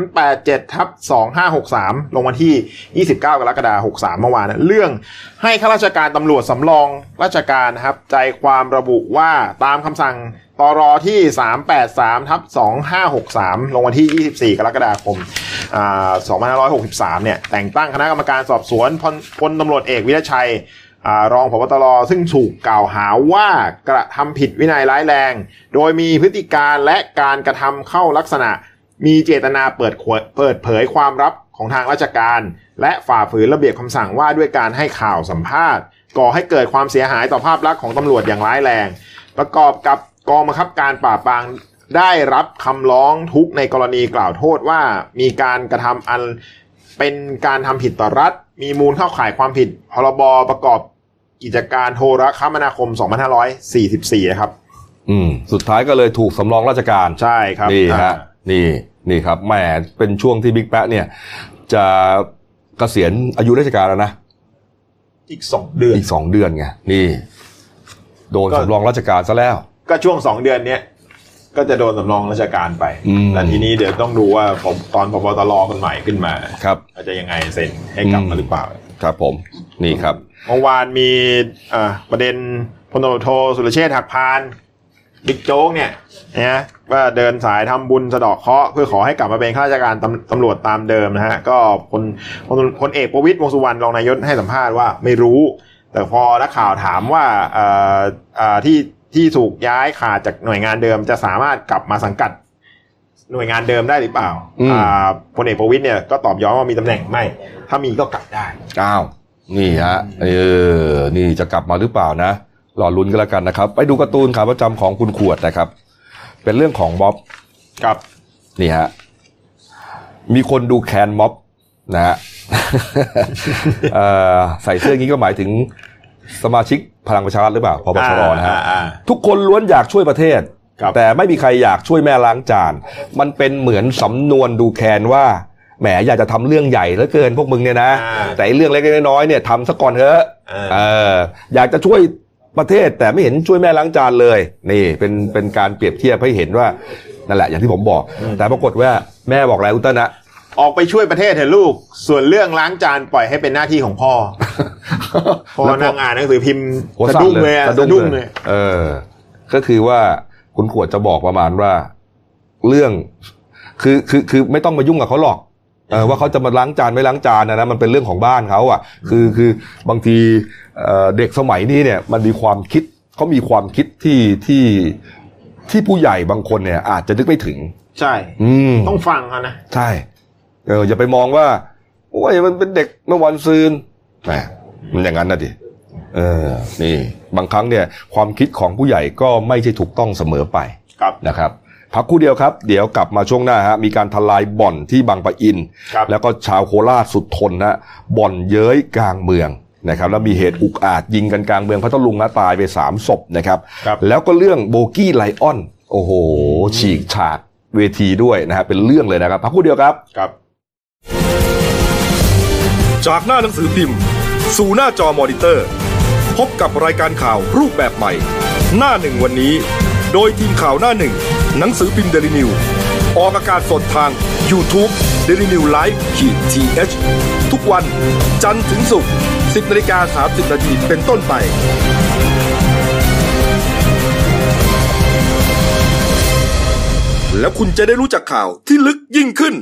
387/2563ลงวันที่29กรกฎาคม63เมื่อวานเรื่องให้ข้าราชการตำรวจสำรองราชการนะครับใจความระบุว่าตามคำสั่งตรที่383/2563ลงวันที่24กรกฎาคม2563เนี่ยแต่งตั้งคณะกรรมการสอบสวนพลตำรวจเอกวิรชัยรองผบ.ตร.ซึ่งถูกกล่าวหาว่ากระทำผิดวินัยร้ายแรงโดยมีพฤติการและการกระทำเข้าลักษณะมีเจตนาเปิดเผยความลับของทางราชการและฝ่าฝืนระเบียบคำสั่งว่าด้วยการให้ข่าวสัมภาษณ์ก่อให้เกิดความเสียหายต่อภาพลักษณ์ของตำรวจอย่างร้ายแรงประกอบกับกองบังคับการปราบปรามได้รับคำร้องทุกข์ในกรณีกล่าวโทษว่ามีการกระทำอันเป็นการทำผิดต่อรัฐมีมูลเข้าข่ายความผิดพรบประกอบกิจการโทรคมนาคม2544นะครับสุดท้ายก็เลยถูกสำรองราชการใช่ครับนี่ฮะนี่ครับแหมเป็นช่วงที่บิ๊กแป๊ะเนี่ยจะเกษียณอายุราชการแล้วนะอีก2 เดือนไงนี่โดนสำรองราชการซะแล้วก็ช่วง2 เดือนเนี้ยก็จะโดนสำรองราชการไปและทีนี้เดี๋ยวต้องดูว่าตอนผบ.ตร.คนใหม่ขึ้นมาครับจะยังไงเซ็นให้กลับมาหรือเปล่าครับผมนี่ครับเมื่อวานมีประเด็นพลตำรวจโทสุรเชษฐ์หักพานบิ๊กโจ๊กเนี่ยนะว่าเดินสายทำบุญสะเดาะเคราะห์เพื่อขอให้กลับมาเป็นข้าราชการตำรวจตามเดิมนะฮะก็พลเอกประวิตรวงษ์สุวรรณรองนายกให้สัมภาษณ์ว่าไม่รู้แต่พอนักข่าวถามว่าที่ถูกย้ายขาดจากหน่วยงานเดิมจะสามารถกลับมาสังกัดหน่วยงานเดิมได้หรือเปล่าพลเอกประวิตรเนี่ยก็ตอบย้อนว่ามีตำแหน่งไม่ถ้ามีก็กลับได้นี่ฮะนี่จะกลับมาหรือเปล่านะรอลุ้นกันแล้วกันนะครับไปดูการ์ตูนขาประจำของคุณขวดนะครับเป็นเรื่องของม็อบครับนี่ฮะมีคนดูแคนม็อบนะฮะ ใส่เสื้อนี้ก็หมายถึงสมาชิกพลังประชารัฐหรือเปล่าพปชรนะฮะทุกคนล้วนอยากช่วยประเทศแต่ไม่มีใครอยากช่วยแม่ล้างจานมันเป็นเหมือนสำนวนดูแคนว่าแหมอยากจะทำเรื่องใหญ่เหลือเกินพวกมึงเนี่ยนะแต่เรื่องเล็กๆน้อยๆเนี่ยทำซะก่อนเถอะอยากจะช่วยประเทศแต่ไม่เห็นช่วยแม่ล้างจานเลยนี่เป็นการเปรียบเทียบให้เห็นว่านั่นแหละอย่างที่ผมบอกแต่ปรากฏว่าแม่บอกอะไรคุณเติ้ลนะออกไปช่วยประเทศเถอะลูกส่วนเรื่องล้างจานปล่อยให้เป็นหน้าที่ของพ่อพ่อนั่งอ่านหนังสือพิมพ์สะดุ้งเลยก็คือว่าคุณขวดจะบอกประมาณว่าเรื่องคือไม่ต้องมายุ่งกับเขาหรอกว่าเขาจะมาล้างจานไม่ล้างจานนะมันเป็นเรื่องของบ้านเขาอ่ะคือบางทีเด็กสมัยนี้เนี่ยมันมีความคิดเขามีความคิดที่ผู้ใหญ่บางคนเนี่ยอาจจะนึกไม่ถึงใช่ต้องฟังนะใช่อย่าไปมองว่าโอ้ยมันเป็นเด็กเมื่อวันซืนแหมมันอย่างนั้นนะดินี่บางครั้งเนี่ยความคิดของผู้ใหญ่ก็ไม่ใช่ถูกต้องเสมอไปนะครับพักคู่เดียวครับเดี๋ยวกลับมาช่วงหน้าฮะมีการทลายบ่อนที่บางปะอินแล้วก็ชาวโคราชสุดทนนะบ่อนเย้ยกลางเมืองนะครับแล้วมีเหตุอุกอาจยิงกันกลางเมืองพัทลุงนะตายไป3 ศพนะครับแล้วก็เรื่องโบกี้ไลออนโอ้โหฉีกฉากเวทีด้วยนะฮะเป็นเรื่องเลยนะครับพักคู่เดียวครับจากหน้าหนังสือพิมพ์สู่หน้าจอมอนิเตอร์พบกับรายการข่าวรูปแบบใหม่หน้าหนึ่งวันนี้โดยทีมข่าวหน้าหนึ่งหนังสือพิมพ์ Daily News ออกอากาศสดทาง YouTube Daily News Live-TH ทุกวันจันทร์ถึงศุกร์ 10:30 น.เป็นต้นไปแล้วคุณจะได้รู้จักข่าวที่ลึกยิ่งขึ้น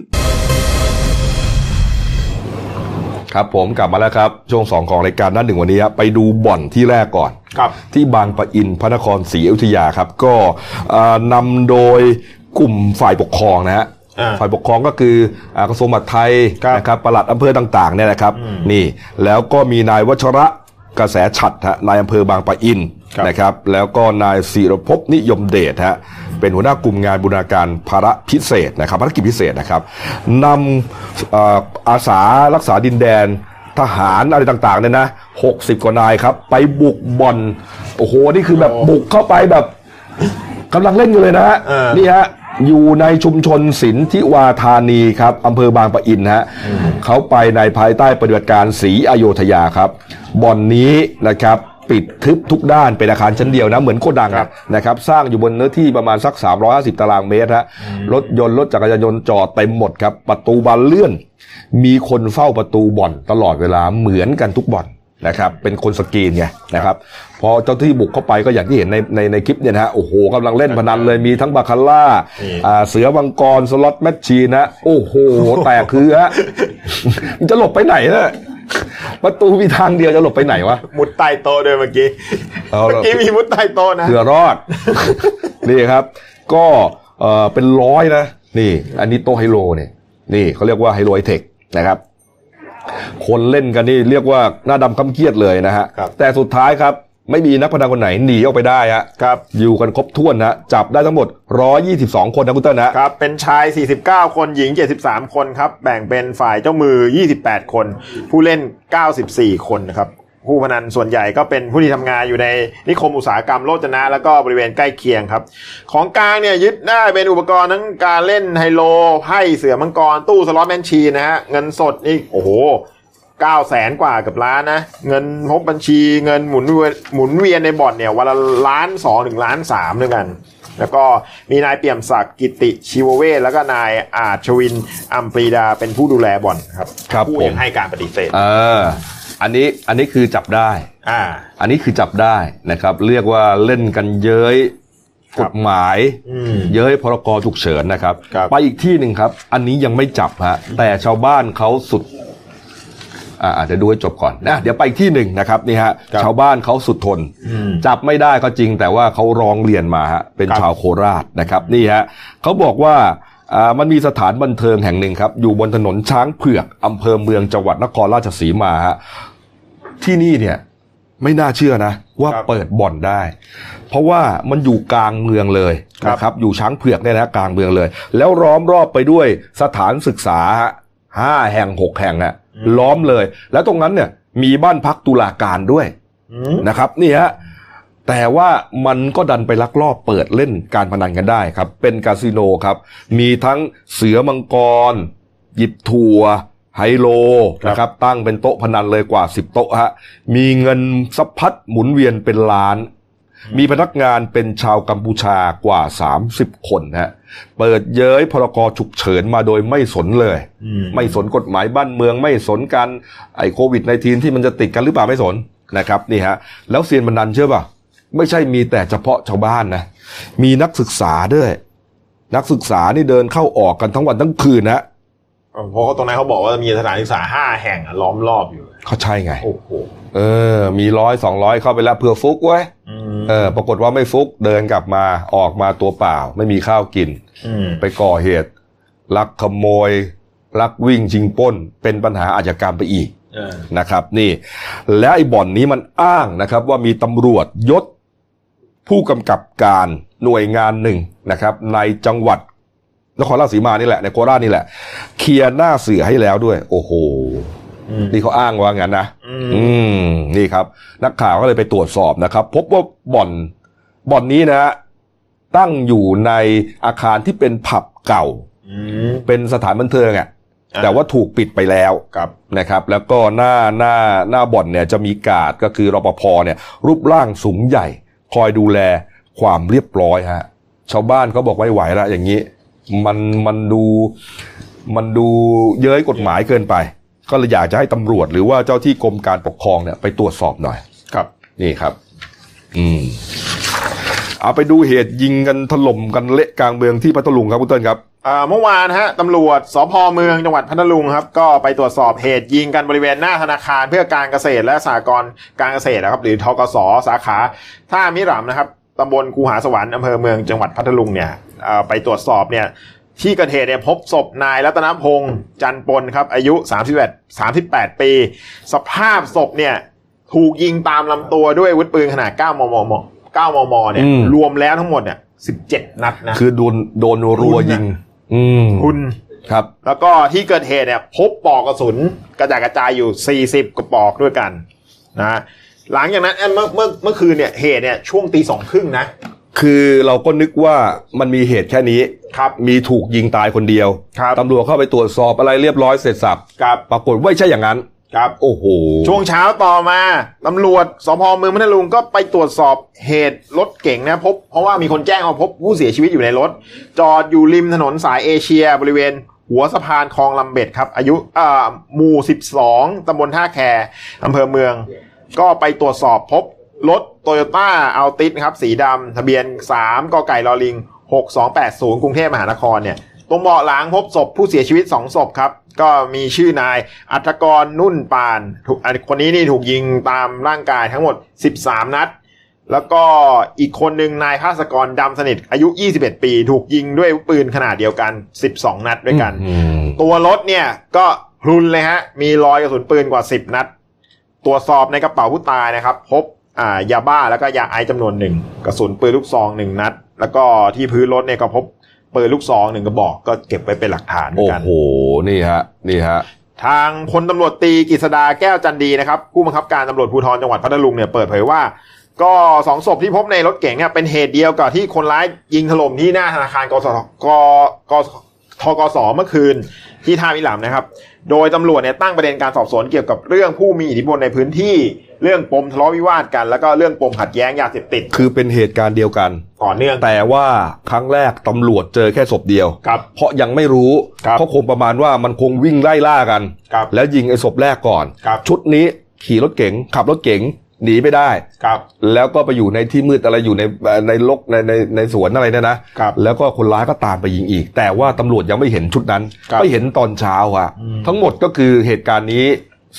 ครับผมกลับมาแล้วครับช่วง2ของรายการหน้าหนึ่งวันนี้ไปดูบ่อนที่แรกก่อนที่บางปะอินพระนครศรีอยุธยาครับก็นำโดยกลุ่มฝ่ายปกครองนะฮะฝ่ายปกครองก็คือกระทรวงมหาดไทยนะครับปลัดอำเภอต่างๆเนี่ยนะครับนี่แล้วก็มีนายวัชระกระแสฉัตรนายอำเภอบางปะอินนะครับแล้วก็นายศิรภพนิยมเดชฮะเป็นหัวหน้ากลุ่มงานบูรณาการภารกิจพิเศษนะครับนำอาสารักษาดินแดนทหารอะไรต่างๆเนี่ยนะ60 กว่านายครับไปบุกบ่อนโอ้โหนี่คือแบบบุกเข้าไปแบบกำลังเล่นอยู่เลยนะฮะนี่ฮะอยู่ในชุมชนศิลป์ทิวาธานีครับอำเภอบางปะอินฮะเขาไปในภายใต้ปฏิบัติการศรีอโยธยาครับบ่อนนี้นะครับปิดทึบทุกด้านเป็นอาคารชั้นเดียวนะเหมือนโกดังนะครับสร้างอยู่บนเนื้อที่ประมาณสัก350 ตารางเมตรฮะรถยนต์รถจักรยานยนต์จอดเต็มหมดครับประตูบานเลื่อนมีคนเฝ้าประตูบ่อนตลอดเวลาเหมือนกันทุกบ่อนนะครับเป็นคนสกรีนไงนะครับพอเจ้าที่บุกเข้าไปก็อย่างที่เห็นในคลิปเนี่ยนะฮะโอ้โหกำลังเล่นพนันเลยมีทั้งบาคาร่าเสือมังกรสล็อตแมชชีนนะโอ้โหแตกคือฮะมันจะหลบไปไหนนะประตูมีทางเดียวจะหลบไปไหนวะมุดใต้โต๊ะด้วยเมื่อกี้มีมุดใต้โต๊ะนะเผื่อรอดนี่ครับก็เป็น100นะนี่อันนี้โต๊ะไฮโลเนี่ยนี่เขาเรียกว่าไฮโลไฮเทคนะครับคนเล่นกันนี่เรียกว่าหน้าดำคำเครียดเลยนะฮะแต่สุดท้ายครับไม่มีนักพนันคนไหนหนีออกไปได้ฮะอยู่กันครบถ้วนนะจับได้ทั้งหมด122 คนนะคุณเติ้ลนะครับเป็นชาย49 คนหญิง73 คนครับแบ่งเป็นฝ่ายเจ้ามือ28 คนผู้เล่น94 คนนะครับผู้พนันส่วนใหญ่ก็เป็นผู้ที่ทำงานอยู่ในนิคมอุตสาหกรรมโรจนะแล้วก็บริเวณใกล้เคียงครับของกลางเนี่ยยึดได้เป็นอุปกรณ์ทั้งการเล่นไฮโลไพ่เสือมังกรตู้สล็อตแมชชีนนะฮะเงินสดนี่โอ้โห900,000 กว่ากับล้านนะเงินพบบัญชีเงินหมุนเวียนในบ่อนเนี่ยวันละ1.2 ถึง1.3ด้วยกันแล้วก็มีนายเปี่ยมศักดิ์กิติชีวเวชแล้วก็นายอาชวินอัมปรีดาเป็นผู้ดูแลบ่อนครับผู้ยังให้การปฏิเสธอันนี้คือจับได้อันนี้คือจับได้นะครับเรียกว่าเล่นกันเย้ยกฎหมายเย้ยพรกฉุกเฉินนะครับไปอีกที่หนึ่งครับอันนี้ยังไม่จับฮะแต่ชาวบ้านเขาสุดเดี๋ยวดูให้จบก่อนนะเดี๋ยวไปอีกที่หนึ่งนะครับนี่ฮะชาวบ้านเขาสุดทนจับไม่ได้ก็จริงแต่ว่าเขาร้องเรียนมาฮะเป็นชาวโคราชนะครับนี่ฮะเขาบอกว่ามันมีสถานบันเทิงแห่งหนึ่งครับอยู่บนถนนช้างเผือกอำเภอเมืองจังหวัดนครราชสีมาฮะที่นี่เนี่ยไม่น่าเชื่อนะว่าเปิดบ่อนได้เพราะว่ามันอยู่กลางเมืองเลยนะครับอยู่ช้างเผือกเนี่ยนะกลางเมืองเลยแล้วล้อมรอบไปด้วยสถานศึกษา5 แห่ง 6 แห่งอะล้อมเลยแล้วตรงนั้นเนี่ยมีบ้านพักตุลาการด้วยนะครับนี่ฮะแต่ว่ามันก็ดันไปลักลอบเปิดเล่นการพนันกันได้ครับเป็นคาสิโนครับมีทั้งเสือมังกรหยิบถั่วไฮโลนะครับตั้งเป็นโต๊ะพนันเลยกว่า10 โต๊ะฮะมีเงินสะพัดหมุนเวียนเป็นล้านมีพนักงานเป็นชาวกัมพูชากว่า30 คนฮะเปิดเย้ยพรกฉุกเฉินมาโดยไม่สนเลยไม่สนกฎหมายบ้านเมืองไม่สนกันโควิด-19ที่มันจะติดกันหรือเปล่าไม่สนนะครับนี่ฮะแล้วเซียนพนันเชื่อป่ะไม่ใช่มีแต่เฉพาะชาวบ้านนะมีนักศึกษาด้วยนักศึกษานี่เดินเข้าออกกันทั้งวันทั้งคืนนะเพราะตรงนั้นเขาบอกว่ามีสถานศึกษา5 แห่งล้อมรอบอยู่เขาใช่ไงโอ้โหมี100-200เข้าไปแล้วเผื่อฟุกไว้ปรากฏว่าไม่ฟุกเดินกลับมาออกมาตัวเปล่าไม่มีข้าวกินไปก่อเหตุลักขโมยลักวิ่งชิงปล้นเป็นปัญหาอาชญากรรมไปอีกนะครับนี่และไอ้บ่อนนี้มันอ้างนะครับว่ามีตำรวจยศผู้กำกับการหน่วยงานหนึ่งนะครับในจังหวัดนครราชสีมานี่แหละในโคราชนี่แหละเคลียร์หน้าเสือให้แล้วด้วยโอ้โหนี่เขาอ้างว่างั้นนะนี่ครับนักข่าวก็เลยไปตรวจสอบนะครับพบว่าบ่อนนี้นะตั้งอยู่ในอาคารที่เป็นผับเก่าเป็นสถานบันเทิงแต่ว่าถูกปิดไปแล้วนะครับแล้วก็หน้าบ่อนเนี่ยจะมีการ์ดก็คือรปภเนี่ยรูปร่างสูงใหญ่คอยดูแลความเรียบร้อยฮะชาวบ้านเขาบอกไม่ไหวแล้วอย่างนี้มันดูเย้ยกฎหมายเกินไปก็เลยอยากจะให้ตำรวจหรือว่าเจ้าที่กรมการปกครองเนี่ยไปตรวจสอบหน่อยครับนี่ครับเอาไปดูเหตุยิงกันถล่มกันเละกลางเมืองที่พัทลุงครับคุณเติ้ลครับเมื่อวานฮะตำรวจสภ.เมืองจังหวัดพัทลุงครับก็ไปตรวจสอบเหตุยิงกันบริเวณหน้าธนาคารเพื่อการเกษตรและสหกรณ์การเกษตรนะครับหรือธกส.สาขาท่ามิรำนะครับตำบลคูหาสวรรค์อำเภอเมืองจังหวัดพัทลุงเนี่ยไปตรวจสอบเนี่ยที่เกิดเหตุเนี่ยพบศพนายรัตนพงษ์จันปนครับอายุ38 ปีสภาพศพเนี่ยถูกยิงตามลำตัวด้วยอาวุธปืนขนาด9 มมเนี่ยรวมแล้วทั้งหมดเนี่ย17 นัดนะคือโดนรัวยิงคุณครับแล้วก็ที่เกิดเหตุเนี่ยพบปลอกกระสุนกระจายอยู่40 กระบอกด้วยกันนะหลังจากนั้นเมื่อคืนเนี่ยเหตุเนี่ยช่วง 02:30 นะคือเราก็นึกว่ามันมีเหตุแค่นี้ครับมีถูกยิงตายคนเดียวตำรวจเข้าไปตรวจสอบอะไรเรียบร้อยเสร็จสับปรากฏว่าไม่ใช่อย่างนั้นครับโอ้โหช่วงเช้าต่อมาตำรวจสภ.เมืองพัทลุงก็ไปตรวจสอบเหตุรถเก๋งนะเพราะว่ามีคนแจ้งว่าพบผู้เสียชีวิตอยู่ในรถจอดอยู่ริมถนนสายเอเชียบริเวณหัวสะพานคลองลำเบ็ดครับอายุหมู่12ตำบลท่าแคอำเภอเมืองก็ไปตรวจสอบพบรถโตโยต้าอัลติสครับสีดำทะเบียน3 กไก่ลอลิง 6280กรุงเทพมหานครเนี่ยตรงเบาะหลังพบศพผู้เสียชีวิต2 ศพครับก็มีชื่อนายอัฐกรนุ่นปานคนนี้นี่ถูกยิงตามร่างกายทั้งหมด13 นัดแล้วก็อีกคนหนึ่งนายภาสกรดำสนิทอายุ21 ปีถูกยิงด้วยปืนขนาดเดียวกัน12 นัดด้วยกันตัวรถเนี่ยก็พรุนเลยฮะมีรอยกระสุนปืนกว่า10 นัดตรวจสอบในกระเป๋าผู้ตายนะครับพบยาบ้าแล้วก็ยาไอซ์จำนวน1กระสุนปืนลูกซอง1 นัดแล้วก็ที่พื้นรถเนี่ยก็พบปืนลูกซอง1 กระบอกก็เก็บไว้เป็นหลักฐานกันโอ้โหนี่ฮะทางพลตำรวจตรีกฤษดาแก้วจันดีนะครับผู้บังคับการตำรวจภูธรจังหวัดพัทลุงเนี่ยเปิดเผยว่าก็2 ศพที่พบในรถเก๋งเนี่ยเป็นเหตุเดียวกับที่คนร้ายยิงถล่มที่หน้าธนาคารธกส.เมื่อคืนที่ท่ามิรำนะครับโดยตำรวจเนี่ยตั้งประเด็นการสอบสวนเกี่ยวกับเรื่องผู้มีอิทธิพลในพื้นที่เรื่องปมทะเลาะวิวาทกันแล้วก็เรื่องปมขัดแย้งยาเสพติดคือเป็นเหตุการณ์เดียวกันต่อเนื่องแต่ว่าครั้งแรกตำรวจเจอแค่ศพเดียวเพราะยังไม่รู้เพราะคงประมาณว่ามันคงวิ่งไล่ล่ากันแล้วยิงไอ้ศพแรกก่อนชุดนี้ขี่รถเก๋งขับรถเก๋งหนีไม่ได้แล้วก็ไปอยู่ในที่มืดอะไรอยู่ในรกในสวนอะไรเนี่ยนะแล้วก็คนร้ายก็ตามไปยิงอีกแต่ว่าตำรวจยังไม่เห็นชุดนั้นไม่เห็นตอนเช้าอะทั้งหมดก็คือเหตุการณ์นี้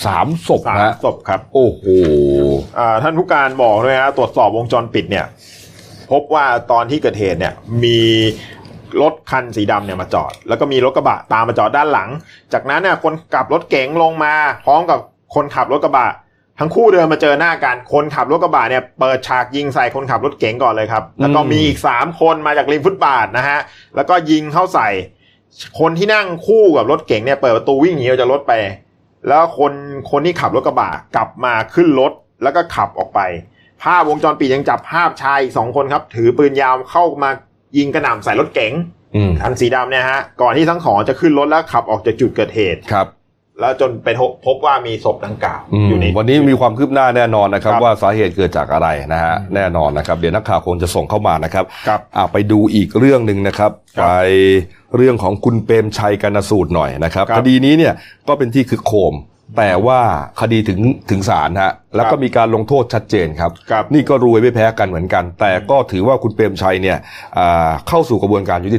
3 ศพนะศพครับโอ้โหท่านผู้การบอกด้วยนะตรวจสอบวงจรปิดเนี่ยพบว่าตอนที่เกิดเหตุเนี่ยมีรถคันสีดำเนี่ยมาจอดแล้วก็มีรถกระบะตามมาจอดด้านหลังจากนั้นเนี่ยคนขับรถเก๋งลงมาพร้อมกับคนขับรถกระบะทั้งคู่เดินมาเจอหน้ากันคนขับรถกระบะเนี่ยเปิดฉากยิงใส่คนขับรถเก๋งก่อนเลยครับแล้วก็มีอีก3 คนมาจากริมฟุตบาทนะฮะแล้วก็ยิงเข้าใส่คนที่นั่งคู่กับรถเก๋งเนี่ยเปิดประตูวิ่งหนีออกจากรถไปแล้วคนที่ขับรถกระบะกลับมาขึ้นรถแล้วก็ขับออกไปภาพวงจรปิดยังจับภาพชายอีก2 คนครับถือปืนยาวเข้ามายิงกระหน่ำใส่รถเก๋งคันสีดำเนี่ยฮะก่อนที่ทั้งของจะขึ้นรถแล้วขับออกจากจุดเกิดเหตุครับแล้วจนไปพบว่ามีศพดังกล่าวอยู่ในวันนี้มีความคืบหน้าแน่นอนนะครับว่าสาเหตุเกิดจากอะไรนะฮะแน่นอนนะครับเดี๋ยวนักข่าวคงจะส่งเข้ามานะครับไปดูอีกเรื่องนึงนะครับไปเรื่องของคุณเปรมชัยกนสูตรหน่อยนะครับคดีนี้เนี่ยก็เป็นที่คึกโครมแต่ว่าคดีถึงศาลฮะแล้วก็มีการลงโทษชัดเจนครับนี่ก็รวยไม่แพ้กันเหมือนกันแต่ก็ถือว่าคุณเปรมชัยเนี่ยเข้าสู่กระบวนการยุติธรรม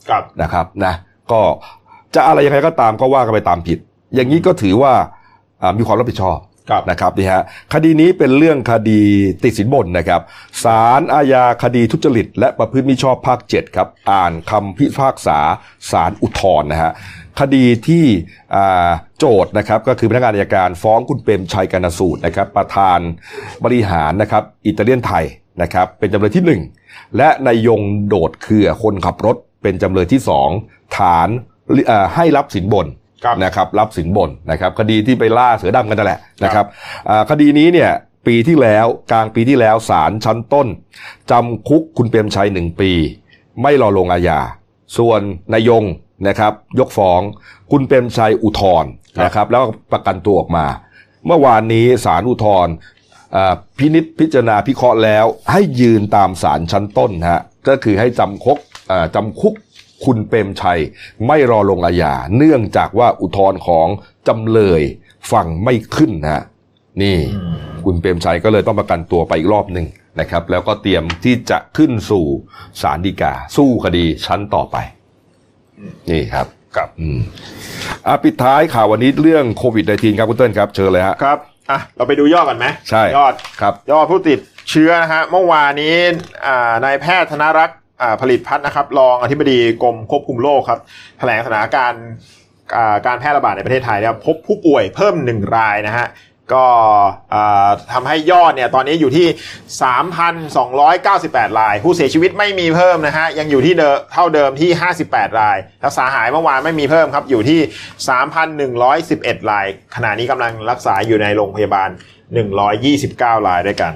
นะครับนะก็จะอะไรยังไงก็ตามก็ว่ากันไปตามผิดอย่างนี้ก็ถือว่ามีความรับผิดชอบนะครับนี่ฮะคดีนี้เป็นเรื่องคดีติดสินบนนะครับศาลอาญาคดีทุจริตและประพฤติมิชอบภาค7ครับอ่านคำพิพากษาศาลอุทธรณ์นะฮะคดีที่โจทย์นะครับก็คือพนักงานอัยการฟ้องคุณเปรมชัยกนสูตรนะครับประธานบริหารนะครับอิตาเลียนไทยนะครับเป็นจำเลยที่1และนายยงโดดเครือคนขับรถเป็นจำเลยที่2ฐานให้รับสินบนนะครับรับสินบนนะครับคดีที่ไปล่าเสือดำกันนั่นแหละนะครับคดีนี้เนี่ยปีที่แล้วกลางปีที่แล้วศาลชั้นต้นจำคุกคุณเปรมชัย1 ปีไม่รอลงอาญาส่วนนายยงนะครับยกฟ้องคุณเปรมชัยอุทธรณ์นะครับแล้วประกันตัวออกมาเมื่อวานนี้ศาลอุทธรณ์พินิจพิจารณาพิเคราะห์แล้วให้ยืนตามศาลชั้นต้นฮะก็คือให้จำคุกคุณเปรมชัยไม่รอลงอาญาเนื่องจากว่าอุทธรณ์ของจำเลยฟังไม่ขึ้นนะนี่คุณเปรมชัยก็เลยต้องประกันตัวไปอีกรอบหนึ่งนะครับแล้วก็เตรียมที่จะขึ้นสู่ศาลฎีกาสู้คดีชั้นต่อไปนี่ครับปิดท้ายข่าววันนี้เรื่องโควิด-19 ครับคุณเติ้ลครับเชิญเลยฮะครับเราไปดูยอดกันไหมใช่ยอดครับยอดผู้ติดเชื้อนะฮะเมื่อวานนี้นายแพทย์ธนรักษ์ผลิตพัฒน์นะครับรองอธิบดีกรมควบคุมโรคครับแถลงสถานการณ์การแพร่ระบาดในประเทศไทยเนี่ยพบผู้ป่วยเพิ่ม1 รายนะฮะก็ทำให้ยอดเนี่ยตอนนี้อยู่ที่ 3,298 รายผู้เสียชีวิตไม่มีเพิ่มนะฮะยังอยู่ที่เท่าเดิมที่58 รายรักษาหายเมื่อวานไม่มีเพิ่มครับอยู่ที่ 3,111 รายขณะนี้กำลังรักษาอยู่ในโรงพยาบาล129 รายด้วยกัน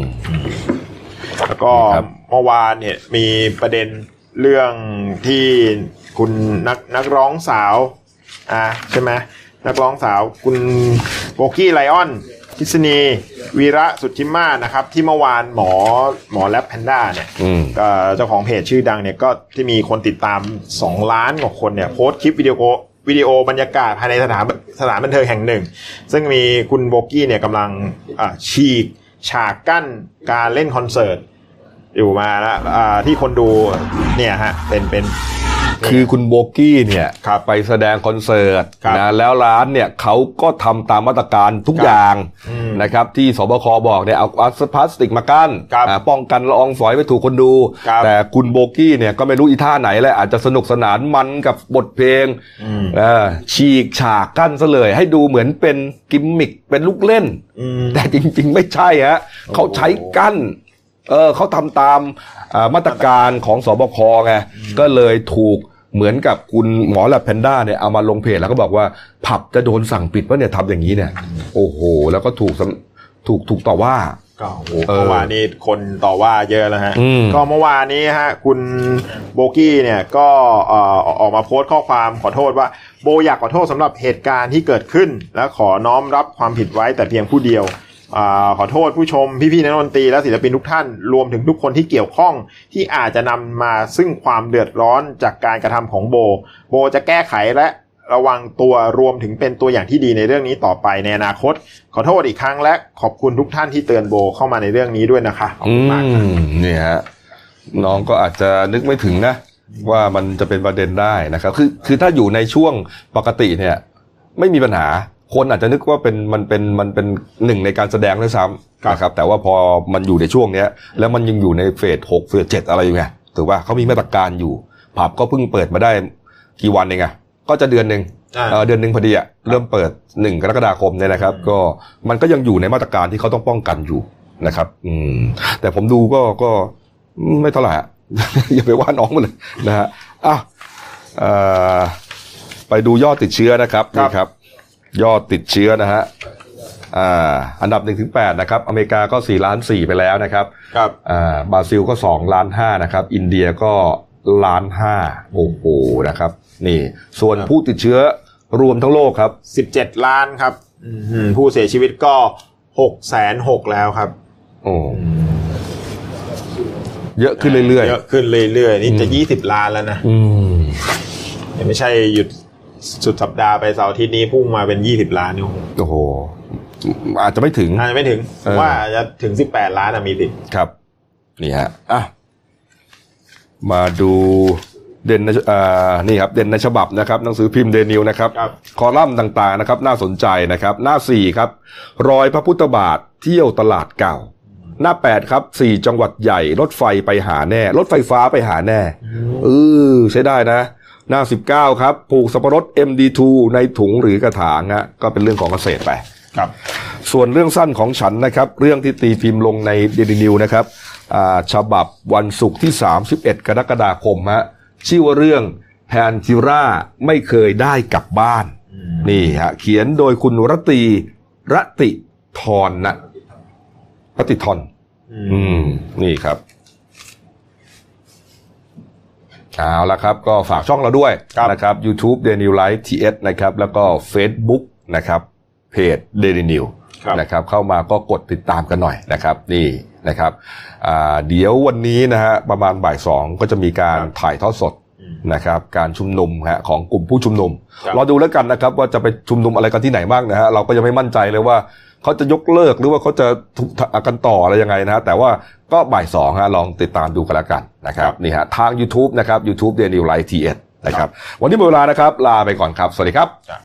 แล้วก็เมื่อวานเนี่ยมีประเด็นเรื่องที่คุณนักร้องสาวใช่ไหมนักร้องสาวคุณโบกี้ไลออนทิศนีวีระสุทธิมาศนะครับที่เมื่อวานหมอแลปแพนด้าเนี่ยเจ้าของเพจชื่อดังเนี่ยก็ที่มีคนติดตาม2 ล้านกว่าคนเนี่ยโพสต์คลิปวิดีโอบรรยากาศภายในสถานบันเทิงแห่งหนึ่งซึ่งมีคุณโบกี้เนี่ยกำลังฉีกฉากกั้นการเล่นคอนเสิร์ตอยู่มาแล้วที่คนดูเนี่ยฮะเป็นคือคุณโบกี้เนี่ยไปแสดงคอนเสิร์ตนะแล้วร้านเนี่ยเขาก็ทำตามมาตรการทุกอย่างนะครับที่สบคบอกเนี่ยเอาพลาสติกมากั้นป้องกันละอองฝอยไม่ถูกคนดูแต่คุณโบกี้เนี่ยก็ไม่รู้อีท่าไหนแหละอาจจะสนุกสนานมันกับบทเพลงฉีกฉากกั้นซะเลยให้ดูเหมือนเป็นกิมมิคเป็นลูกเล่นแต่จริงๆไม่ใช่ฮะเขาใช้กั้นเขาทำตามมาตรการของสบคไงก็เลยถูกเหมือนกับคุณหมอแลปแพนด้าเนี่ยเอามาลงเพจแล้วก็บอกว่าผับจะโดนสั่งปิดว่าเนี่ยทำอย่างนี้เนี่ยโอ้โหแล้วก็ถูกต่อว่าก็เมื่อวานนี้คนต่อว่าเยอะแล้วฮะก็เมื่อวานนี้ฮะคุณโบกี้เนี่ยก็ออกมาโพสต์ข้อความขอโทษว่าโบอยากขอโทษสำหรับเหตุการณ์ที่เกิดขึ้นและขอน้อมรับความผิดไว้แต่เพียงผู้เดียวขอโทษผู้ชมพี่ๆนักดนตรีและศิลปินทุกท่านรวมถึงทุกคนที่เกี่ยวข้องที่อาจจะนำมาซึ่งความเดือดร้อนจากการกระทำของโบจะแก้ไขและระวังตัวรวมถึงเป็นตัวอย่างที่ดีในเรื่องนี้ต่อไปในอนาคตขอโทษอีกครั้งและขอบคุณทุกท่านที่เตือนโบเข้ามาในเรื่องนี้ด้วยนะคะขอบคุณมากนี่ฮะน้องก็อาจจะนึกไม่ถึงนะว่ามันจะเป็นประเด็นได้นะครับคือถ้าอยู่ในช่วงปกติเนี่ยไม่มีปัญหาคนอาจจะนึกว่ามันเป็นหนึ่งในการแสดงด้วยซ้ำนะครับแต่ว่าพอมันอยู่ในช่วงเนี้ยแล้วมันยังอยู่ในเฟส6เฟส7อะไรอยู่ไงถือว่าเขามีมาตรการอยู่ผับก็เพิ่งเปิดมาได้กี่วันเองก็จะเดือนนึงพอดีเริ่มเปิด1 กรกฎาคมเนี่ยนะครับก็มันก็ยังอยู่ในมาตรการที่เขาต้องป้องกันอยู่นะครับแต่ผมดูก็ไม่เท่าไหร่ อย่าไปว่าน้องมันเลยนะฮะไปดูยอดติดเชื้อนะครับนี่ครับยอดติดเชื้อนะฮะอันดับ 1-8 นะครับอเมริกาก็4.4 ล้านไปแล้วนะครับบราซิลก็2.5 ล้านนะครับอินเดียก็1.5 ล้านโอ้โหนะครับนี่ส่วนผู้ติดเชื้อรวมทั้งโลกครับ 17 ล้านครับผู้เสียชีวิตก็660,000แล้วครับโอ้เยอะขึ้นเรื่อยๆเยอะขึ้นเรื่อยๆนี่จะ20 ล้านแล้วนะไม่ใช่หยุดสุดสัปดาห์ไปเสาร์อาทิตย์นี้พุ่งมาเป็น20 ล้านนี่โอ้โหอาจจะไม่ถึงว่าจะถึง18 ล้านมีสิครับนี่ฮะมาดูเด่นนี่ครับเด่นในฉบับนะครับหนังสือพิมพ์เดนิวนะครับคอลัมน์ต่างๆนะครับน่าสนใจนะครับหน้า4ครับรอยพระพุทธบาทเที่ยวตลาดเก่าหน้า8ครับ4จังหวัดใหญ่รถไฟไปหาแน่รถไฟฟ้าไปหาแน่ใช้ได้นะหน้า19ครับปลูกสับปะรด MD2 ในถุงหรือกระถางฮะก็เป็นเรื่องของเกษตรไปครับส่วนเรื่องสั้นของฉันนะครับเรื่องที่ตีพิมพ์ลงในเดลินิวนะครับฉบับวันศุกร์ที่31กรกฎาคมฮะชื่อว่าเรื่องแพนทิราไม่เคยได้กลับบ้านนี่ฮะเขียนโดยคุณรติธรนะรติธรนี่ครับเอาละครับก็ฝากช่องเราด้วยนะครับ YouTube Daily New Life TS นะครับแล้วก็ Facebook นะครับเพจ Daily New นะครับเข้ามาก็กดติดตามกันหน่อยนะครับนี่นะครับเดี๋ยววันนี้นะฮะประมาณบ่าย2ก็จะมีการถ่ายทอดสดนะครับการชุมนุมของกลุ่มผู้ชุมนุมรอดูแล้วกันนะครับว่าจะไปชุมนุมอะไรกันที่ไหนบ้างนะฮะเราก็ยังไม่มั่นใจเลยว่าเขาจะยกเลิกหรือว่าเขาจะกันต่ออะไรยังไงนะฮะแต่ว่าก็บ่าย2ฮะลองติดตามดูกันแล้วกันนะครับนี่ฮะทาง YouTube นะครับ YouTube Daily Life TS นะครับวันนี้หมดเวลานะครับลาไปก่อนครับสวัสดีครับ